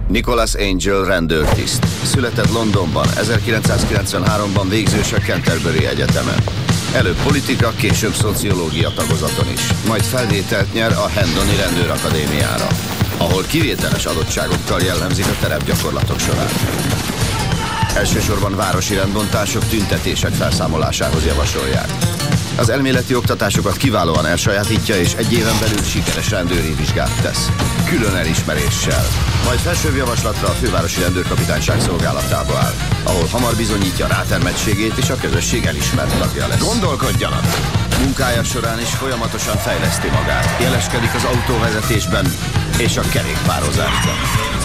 Nicholas Angel rendőrtiszt. Született Londonban, 1993-ban végzős a Canterbury Egyetemen. Előbb politika, később szociológia tagozaton is. Majd felvételt nyer a Hendoni Rendőrakadémiára, ahol kivételes adottságokkal jellemzik a terepgyakorlatok során. Elsősorban városi rendbontások, tüntetések felszámolásához javasolják. Az elméleti oktatásokat kiválóan elsajátítja, és egy éven belül sikeres rendőri vizsgát tesz. Külön elismeréssel. Majd felsőbb javaslatra a fővárosi rendőrkapitányság szolgálatába áll, ahol hamar bizonyítja rátermettségét, és a közösség elismert tagja lesz. Gondolkodjanak! Munkája során is folyamatosan fejleszti magát. Jeleskedik az autóvezetésben és a kerékpározásban.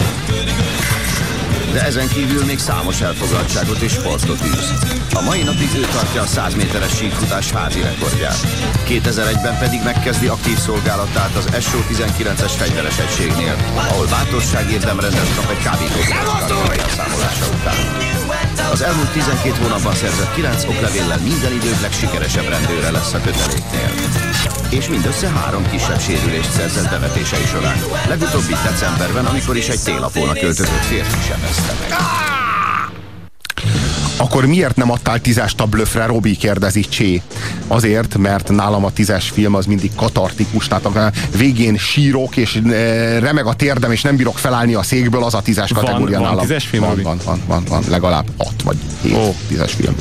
De ezen kívül még számos elfoglaltságot és sportot űz. A mai napig ő tartja a 100 méteres síkfutás házi rekordját. 2001-ben pedig megkezdi aktív szolgálatát az SO-19-es fegyveres egységnél, ahol bátorságérdemrendet kap egy kábítószer elszámolása után. Az elmúlt 12 hónapban szerzett 9 oklevéllel minden idők legsikeresebb rendőre lesz a köteléknél. És mindössze 3 kisebb sérülést szerzett bevetései során. Legutóbbi decemberben, amikor is egy télapónak költözött férfi sebezte meg. Akkor miért nem adtál 10-est a blöffre, Robi, kérdezi Csé. Azért, mert nálam a 10-es film az mindig katartikus, tehát a végén sírok, és remeg a térdem, és nem bírok felállni a székből, az a 10-es kategória nálam. Van 10-es film, van, legalább 6 vagy 7 10-es film.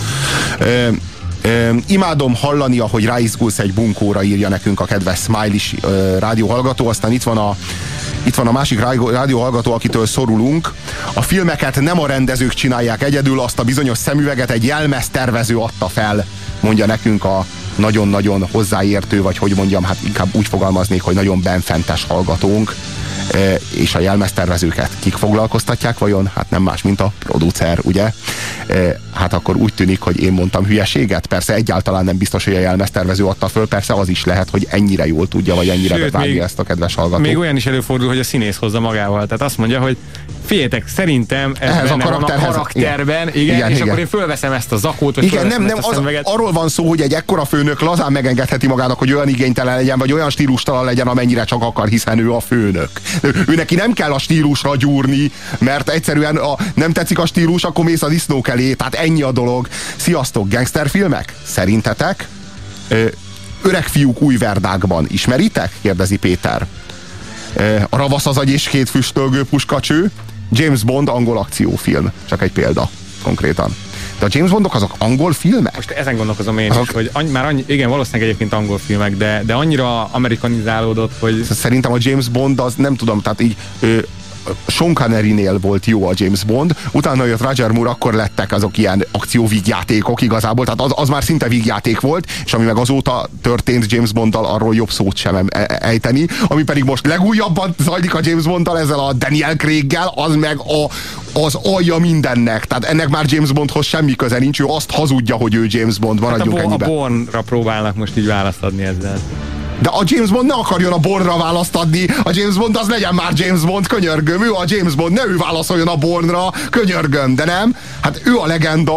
Imádom hallani, ahogy ráizgulsz egy bunkóra, írja nekünk a kedves Smiley rádióhallgató, aztán itt van a másik rádióhallgató, akitől szorulunk. A filmeket nem a rendezők csinálják egyedül, azt a bizonyos szemüveget egy jelmeztervező adta fel, mondja nekünk a nagyon-nagyon hozzáértő, vagy hogy mondjam, hát inkább úgy fogalmaznék, hogy nagyon benfentes hallgatónk. És a jelmeztervezőket kik foglalkoztatják vajon? Hát nem más, mint a producer, ugye? Hát akkor úgy tűnik, hogy én mondtam hülyeséget. Persze egyáltalán nem biztos, hogy a jelmeztervező adta föl, persze az is lehet, hogy ennyire jól tudja, vagy ennyire bevágja ezt a kedves hallgató. Még olyan is előfordul, hogy a színész hozza magával. Tehát azt mondja, hogy figyeljetek, szerintem ez benne van a karakterben, igen, és akkor én fölveszem ezt a zakót, vagy igen, nem, arról van szó, hogy egy ekkora főnök lazán megengedheti magának, hogy olyan igénytelen legyen, vagy olyan stílustalan legyen, amennyire csak akar, hiszen ő a főnök. Ő neki nem kell a stílusra gyúrni, mert egyszerűen nem tetszik a stílus, akkor mész a disznók elé, tehát ennyi a dolog. Sziasztok, gangsterfilmek? Szerintetek? Öreg fiúk új verdákban ismeritek? Kérdezi Péter. A ravasz az agy és 2 füstölgő puskacső. James Bond angol akciófilm. Csak egy példa konkrétan. De a James Bondok azok angol filmek? Most ezen gondolkozom én is, hogy igen, valószínűleg egyébként angol filmek, de annyira amerikanizálódott, hogy... Szerintem a James Bond az nem tudom, tehát így Sean Connery-nél volt jó a James Bond, utána jött Roger Moore, akkor lettek azok ilyen akcióvígjátékok igazából, tehát az már szinte vígjáték volt, és ami meg azóta történt James Bonddal, arról jobb szót sem ejteni, ami pedig most legújabban zajlik a James Bonddal, ezzel a Daniel Craig-gel, az meg az alja mindennek, tehát ennek már James Bondhoz semmi köze nincs, ő azt hazudja, hogy ő James Bond, maradjunk ennyiben. A Bourne-ra próbálnak most így választ adni ezzel. De a James Bond ne akarjon a Bourne-ra választ adni, a James Bond az legyen már James Bond, könyörgöm, ő a James Bond, ne ő válaszoljon a Bourne-ra, könyörgöm, de nem, hát ő a legenda,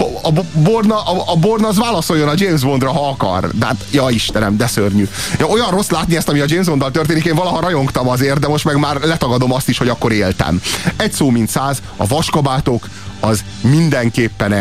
a Bourne az válaszoljon a James Bondra, ha akar, de hát, ja Istenem, de szörnyű. Ja, olyan rossz látni ezt, ami a James Bonddal történik, én valaha rajongtam azért, de most meg már letagadom azt is, hogy akkor éltem. Egy szó mint 100, a Vaskabátok az mindenképpen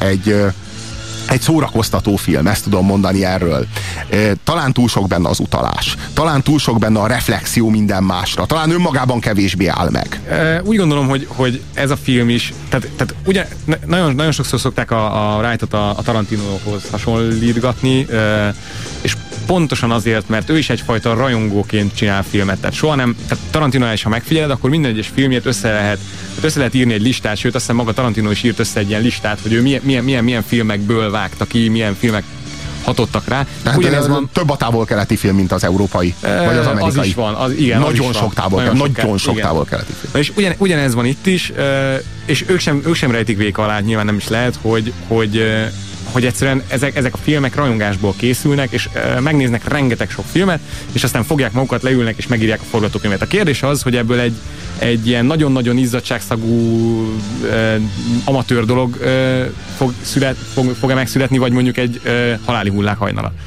egy szórakoztató film, ezt tudom mondani erről. Talán túl sok benne az utalás. Talán túl sok benne a reflexió minden másra. Talán önmagában kevésbé áll meg. Úgy gondolom, hogy ez a film is, tehát ugye nagyon sokszor szokták a Wright-ot a Tarantinohoz hasonlítgatni, és pontosan azért, mert ő is egyfajta rajongóként csinál filmet. Tehát soha nem, tehát Tarantino is, ha megfigyeled, akkor minden egyes filmjét össze lehet írni egy listát, sőt, azt hiszem maga Tarantino is írt össze egy ilyen listát, hogy ő milyen filmekből vágta ki, milyen filmek hatottak rá. Ugyanez van, több a távol-keleti film, mint az európai, vagy az amerikai. Az is van, igen. Nagyon sok távol-keleti film. És ugyanez van itt is, és ők sem rejtik véka alá, nyilván nem is lehet, hogy egyszerűen ezek a filmek rajongásból készülnek, és megnéznek rengeteg sok filmet, és aztán fogják magukat, leülnek, és megírják a forgatókönyvet. A kérdés az, hogy ebből egy ilyen nagyon-nagyon izzadságszagú amatőr dolog fog-e megszületni, vagy mondjuk egy haláli hullák hajnala.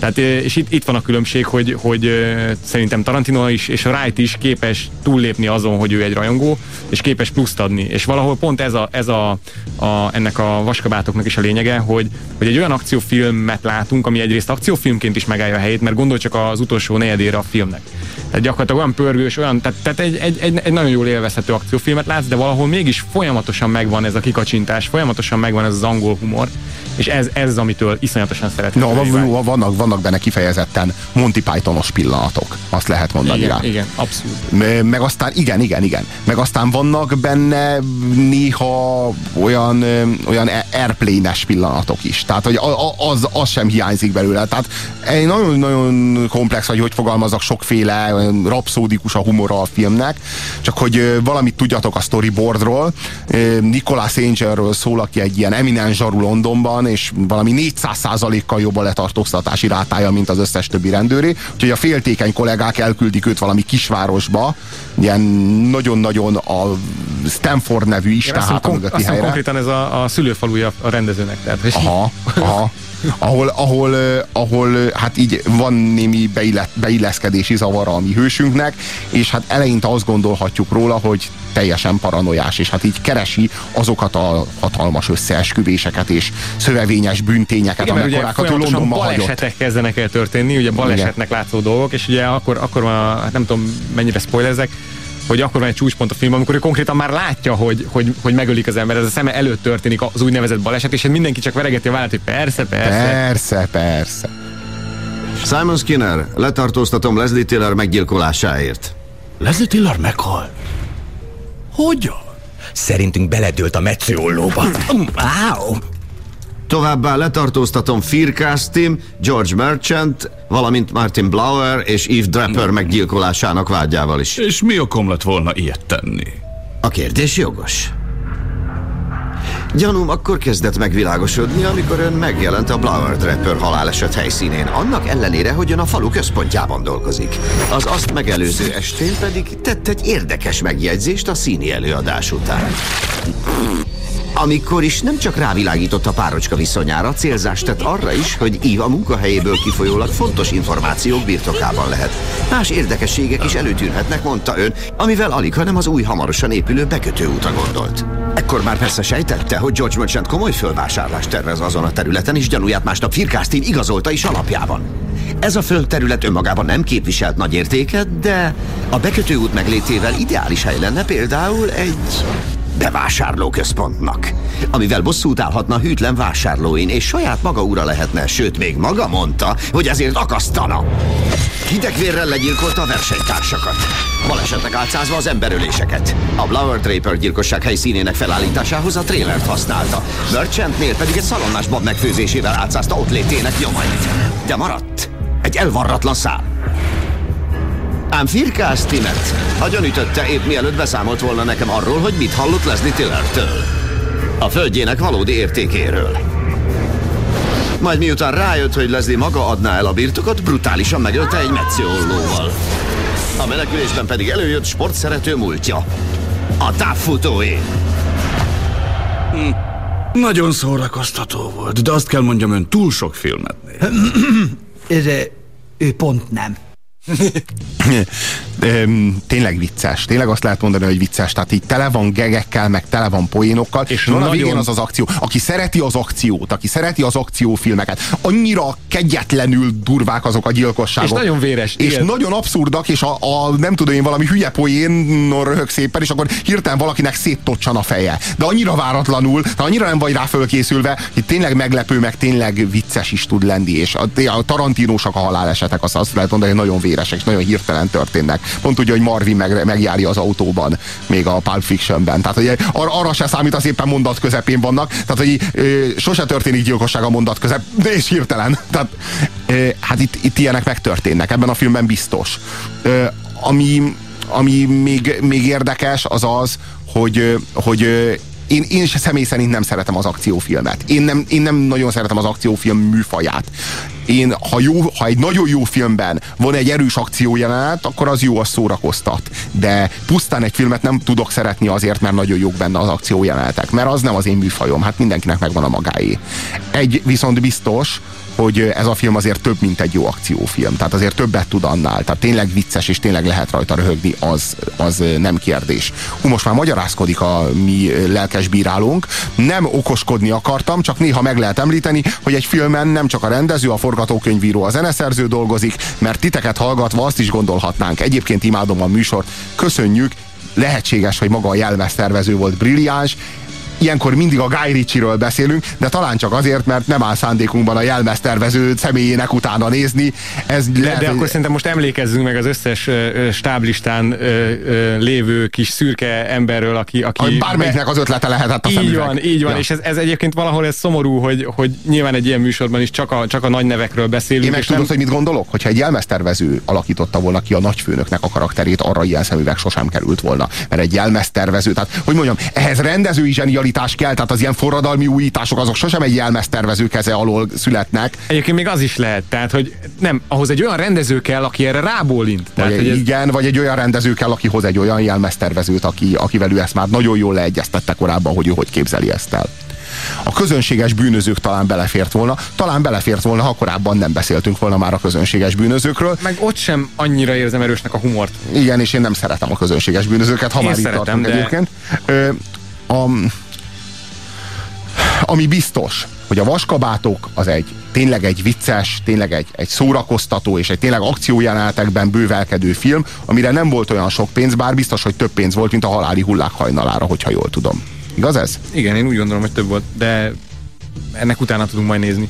Tehát, és itt van a különbség, hogy szerintem Tarantino is, és Wright is képes túllépni azon, hogy ő egy rajongó, és képes pluszt adni. És valahol pont ez ennek a Vaskabátoknak is a lényege, hogy egy olyan akciófilmet látunk, ami egyrészt akciófilmként is megállja a helyét, mert gondolj csak az utolsó negyedére a filmnek. Tehát gyakorlatilag olyan pörgős, tehát egy nagyon jól élvezhető akciófilmet látsz, de valahol mégis folyamatosan megvan ez a kikacsintás, folyamatosan megvan ez az angol humor, és ez amitől iszonyatosan szeretem. No, vannak benne kifejezetten Monty Pythonos pillanatok, azt lehet mondani rá. Igen, abszolút. Meg aztán, igen. Meg aztán vannak benne néha olyan airplane-es pillanatok is. Tehát, hogy az sem hiányzik belőle. Tehát nagyon-nagyon komplex, hogy fogalmazok, sokféle, rapszódikus a humora a filmnek, csak hogy valamit tudjatok a storyboardról. Nicolas Angelről szól, aki egy ilyen eminens zsaru Londonban, és valami 400%-kal jobb a letartóztatási rátája, mint az összes többi rendőré. Úgyhogy a féltékeny kollégák elküldik őt valami kisvárosba, ilyen nagyon-nagyon a Stanford nevű istenháta mögötti helyre. Konkrétan ez a szülőfaluja a rendezőnek. Tehát, hogy... Aha. Ahol hát így van némi beilleszkedési zavara a mi hősünknek, és hát eleinte azt gondolhatjuk róla, hogy teljesen paranoiás, és hát így keresi azokat a hatalmas összeesküvéseket és szövevényes bűntényeket, amekkorákat ő Londonban hagyott. Balesetek kezdenek el történni, ugye balesetnek látszó dolgok, és ugye akkor van, hát nem tudom mennyire spoilerzek, hogy akkor van egy csúcspont a filmben, amikor ő konkrétan már látja, hogy megölik az ember, ez a szeme előtt történik az úgynevezett baleset, és mindenki csak veregeti a vállát, hogy persze. Simon Skinner, letartóztatom Leslie Tiller meggyilkolásáért. Leslie Tiller meghal? Hogyan? Szerintünk beledőlt a metszőollóba. Továbbá letartóztatom Firkáztim, George Merchant, valamint Martin Blauer és Eve Draper meggyilkolásának vágyával is. És mi okom lett volna ilyet tenni? A kérdés jogos. Gyanúm akkor kezdett megvilágosodni, amikor ön megjelent a Blauer-Draper haláleset helyszínén, annak ellenére, hogy ön a falu központjában dolgozik. Az azt megelőző estén pedig tett egy érdekes megjegyzést a színi előadás után. Amikor is nem csak rávilágított a párocska viszonyára, célzást tett arra is, hogy Eve a munkahelyéből kifolyólag fontos információk birtokában lehet. Más érdekességek is előtűnhetnek, mondta ön, amivel alig, hanem az új hamarosan épülő bekötőútra gondolt. Ekkor már persze sejtette, hogy George Merchant komoly fölvásárlást tervez azon a területen, és gyanúját másnap Firkáztin igazolta is alapjában. Ez a földterület önmagában nem képviselt nagy értéket, de a bekötőút meglétével ideális hely lenne például egy bevásárlóközpontnak, amivel bosszút állhatna hűtlen vásárlóin, és saját maga ura lehetne, sőt, még maga mondta, hogy ezért akasztana. Hidegvérrel legyilkolta a versenytársakat, balesetnek álcázva az emberöléseket. A Blauer-Draper gyilkosság helyszínének felállításához a trélert használta, Merchantnél pedig egy szalonnás bab megfőzésével álcázta ott létének nyomait. De maradt egy elvarratlan szál. Ám Firkáztimet agyonütötte épp mielőtt beszámolt volna nekem arról, hogy mit hallott Leslie Tillertől. A földjének valódi értékéről. Majd miután rájött, hogy Leslie maga adná el a birtokot, brutálisan megölte egy metszőollóval. A menekülésben pedig előjött sportszerető múltja. A távfutóé. Nagyon szórakoztató volt, de azt kell mondjam, ön túl sok filmet néz. Ő pont nem. Tényleg vicces. Tényleg azt lehet mondani, hogy vicces. Tehát így tele van gegekkel, meg tele van poénokkal. És van a végén az akció. Aki szereti az akciót, aki szereti az akciófilmeket, annyira kegyetlenül durvák azok a gyilkosságok. És nagyon véres. És igen, nagyon abszurdak, és a nem tudom én, valami hülye poénon röhög szépen, és akkor hirtelen valakinek széttocsan a feje. De annyira váratlanul, de annyira nem vagy rá fölkészülve, hogy tényleg meglepő, meg tényleg vicces is tud lenni. És a Tarantinósak a halálesetek, azt lehet mondani, hogy nagyon véresek, és nagyon hirtelen történnek. Pont úgy, hogy Marvin megjárja az autóban, még a Pulp Fictionben. Tehát, hogy arra se számít, az éppen mondat közepén vannak. Tehát, hogy sose történik gyilkosság a mondat közep, de és hirtelen. Tehát, hát itt ilyenek megtörténnek. Ebben a filmben biztos. Ami még érdekes, az az, hogy én személy szerint nem szeretem az akciófilmet. Én nem nagyon szeretem az akciófilm műfaját. Ha egy nagyon jó filmben van egy erős akciójelenet, akkor az jó, az szórakoztat. De pusztán egy filmet nem tudok szeretni azért, mert nagyon jók benne az akciójelenetek. Mert az nem az én műfajom. Hát mindenkinek megvan a magáé. Egy viszont biztos, hogy ez a film azért több, mint egy jó akciófilm. Tehát azért többet tud annál. Tehát tényleg vicces, és tényleg lehet rajta röhögni, az nem kérdés. Most már magyarázkodik a mi lelkes bírálónk. Nem okoskodni akartam, csak néha meg lehet említeni, hogy egy filmen nem csak a rendező, a forgatókönyvíró, a zeneszerző dolgozik, mert titeket hallgatva azt is gondolhatnánk. Egyébként imádom a műsort. Köszönjük. Lehetséges, hogy maga a jelmeztervező volt brilliáns. Ilyenkor mindig a Guy Ritchie-ről beszélünk, de talán csak azért, mert nem áll szándékunkban a jelmeztervező személyének utána nézni. De akkor szerintem most emlékezzünk meg az összes stáblistán lévő kis szürke emberről, aki bármelyiknek az ötlete lehetett a szemüveg. Így van, ja. És ez egyébként valahol ez szomorú, hogy nyilván egy ilyen műsorban is csak a nagy nevekről beszélünk. Én meg tudod, hogy mit gondolok? Hogyha egy jelmeztervező alakította volna ki a nagyfőnöknek a karakterét, arra ilyen szemüveg sosem került volna. Mert egy jelmeztervező, tehát hogy mondjam, ehhez rendezői zsenialitás kell, tehát az ilyen forradalmi újítások azok sosem egy jelmeztervező keze alól születnek. Egyébként még az is lehet, tehát hogy nem, ahhoz egy olyan rendező kell, aki erre rábólint. Tehát, vagy egy olyan rendező kell, aki hoz egy olyan jelmeztervezőt, akivel ő ezt már nagyon jól leegyeztette korábban, hogy ő hogy képzeli ezt el. A közönséges bűnözők talán belefért volna, ha korábban nem beszéltünk volna már a közönséges bűnözőkről. Meg ott sem annyira érzem erősnek a humort. Igen, és én nem szeretem a közönséges bűnözőket, ha én már itt tartunk egyébként. Ami biztos, hogy a Vaskabátok az tényleg egy vicces, tényleg egy szórakoztató és egy tényleg akciójelenetekben bővelkedő film, amire nem volt olyan sok pénz, bár biztos, hogy több pénz volt, mint a Haláli hullák hajnalára, hogyha jól tudom. Igaz ez? Igen, én úgy gondolom, hogy több volt, de ennek utána tudunk majd nézni.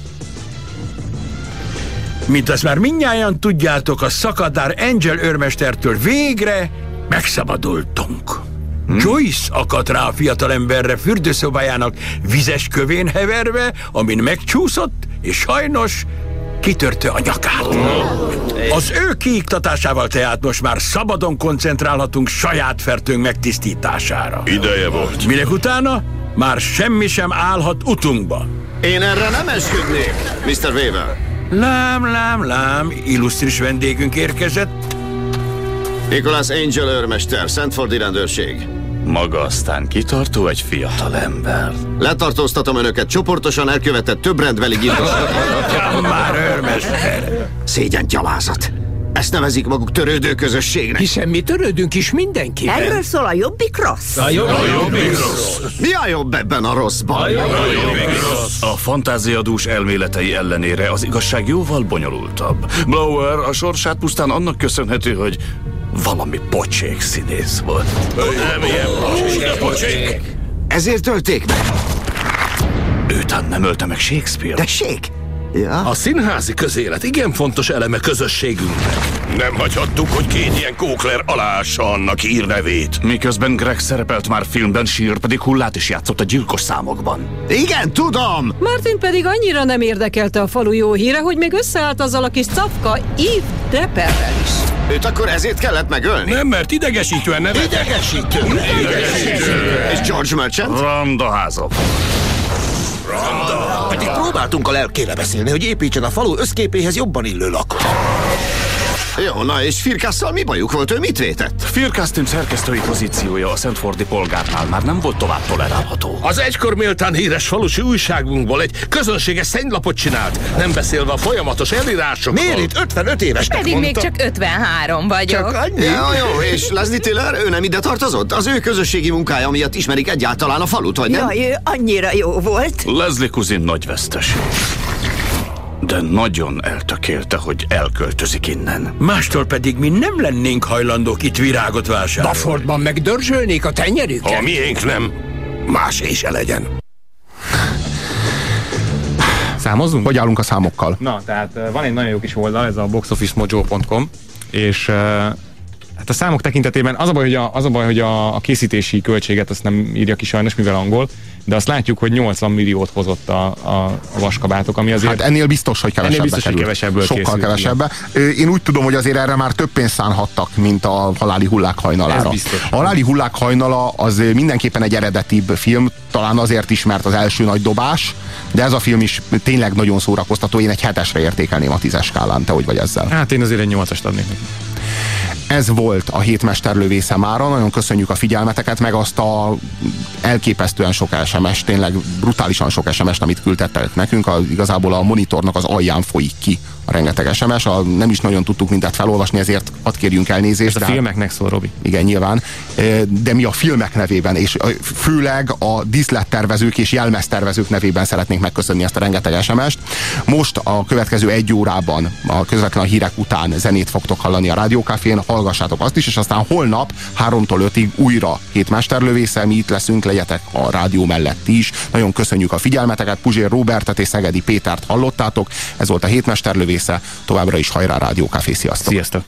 Mint azt már mindnyájan tudjátok, a szakadár Angel őrmestertől végre megszabadultunk. Joyce akadt rá a fiatalemberre fürdőszobájának vizes kövén heverve, amin megcsúszott, és sajnos kitörte a nyakát. Az ő kiiktatásával tehát most már szabadon koncentrálhatunk saját fertőnk megtisztítására. Ideje volt. Minek utána már semmi sem állhat utunkba. Én erre nem esküdnék, Mr. Weaver. Lám, illusztris vendégünk érkezett. Nicholas Angel őrmester, Szentfordi rendőrség. Maga aztán kitartó egy fiatal ember. Letartóztatom önöket csoportosan elkövetett több rendbeli gyilkosságot. Már őrmester. Szégyengyalázat. Ezt nevezik maguk törődő közösségnek. Hiszen mi törődünk is mindenkivel. Erről szól a Jobbik rossz. A Jobbik rossz. Mi a jobb ebben a rosszban? A Jobbik rossz. A fantáziadús elméletei ellenére az igazság jóval bonyolultabb. Blower a sorsát pusztán annak köszönhető, hogy valami pocsék színész volt. Nem ilyen pocsék. Ezért ölték meg. Őtán nem ölte meg Shakespeare. Tessék? Ja. A színházi közélet igen fontos eleme közösségünknek. Nem hagyhattuk, hogy két ilyen kókler aláássa annak hírnevét. Miközben Greg szerepelt már filmben, Shear pedig hullát is játszott a gyilkos számokban. Igen, tudom! Martin pedig annyira nem érdekelte a falu jó híre, hogy még összeállt azzal a kis cafka Eve Depperrel is. Őt akkor ezért kellett megölni? Nem, mert idegesítően nevet. Idegesítő. És George Merchant? Randaházok. Pedig próbáltunk a lelkére beszélni, hogy építsen a falu összképéhez jobban illő lakot. Jó, na és Firkásszal mi bajuk volt? Ő mit vétett? Firkásztünk szerkesztői pozíciója a Szentfordi polgárnál már nem volt tovább tolerálható. Az egykor méltán híres falusi újságunkból egy közönséges szennylapot csinált, nem beszélve a folyamatos elírásokról. Miért itt 55 évesnek pedig mondta? Még csak 53 vagyok. Csak annyi? Ja, jó, és Leslie Tiller, ő nem ide tartozott? Az ő közösségi munkája miatt ismerik egyáltalán a falut, vagy nem? Jaj, ő annyira jó volt. Leslie kuzin nagy vesztes. De nagyon eltökélte, hogy elköltözik innen. Mástól pedig mi nem lennénk hajlandók itt virágot vásárolni. Dafordban megdörzsölnék a tenyerüket? Ha miénk nem, másé se legyen. Számozunk? Hogy állunk a számokkal? Na, tehát van egy nagyon jó kis oldal, ez a boxofficemojo.com, és hát a számok tekintetében az a baj, hogy a készítési költséget azt nem írja ki sajnos, mivel angol, de azt látjuk, hogy 80 milliót hozott a Vaskabátok, ami azért... Hát ennél biztos, hogy kevesebbe kerül. Sokkal kevesebbe. Én úgy tudom, hogy azért erre már több pénzt szánhattak, mint a Haláli hullák hajnalára. A Haláli hullák hajnala az mindenképpen egy eredetibb film, talán azért is, mert az első nagy dobás, de ez a film is tényleg nagyon szórakoztató. Én egy 7-esre értékelném a 10-es skálán. Te hogy vagy ezzel? Hát én azért egy 8-ast adnék neki. Ez volt a hétmesterlövésze mára. Nagyon köszönjük a figyelmeteket, meg azt a elképesztően sok SMS, tényleg brutálisan sok SMS-t, amit küldtettek nekünk. Igazából a monitornak az alján folyik ki a rengeteg SMS. Nem is nagyon tudtuk mindent felolvasni, ezért hadd kérjünk elnézést. Ez a filmeknek szól, Robi. Igen, nyilván. De mi a filmek nevében, és főleg a díszlettervezők és jelmeztervezők nevében szeretnénk megköszönni ezt a rengeteg SMS-t. Most a következő 1 órában, a közvetlen hírek után zenét fogtok hallani a Rádiókafén, hallgassátok azt is, és aztán holnap 3-tól 5-ig újra hétmesterlövésze, mi itt leszünk, legyetek a rádió mellett is. Nagyon köszönjük a figyelmeteket, Puzsér Róbertet és Szegedi Pétert hallottátok, ez volt a hétmesterlövésze, továbbra is hajrá Rádiókafé, sziasztok! Sziasztok!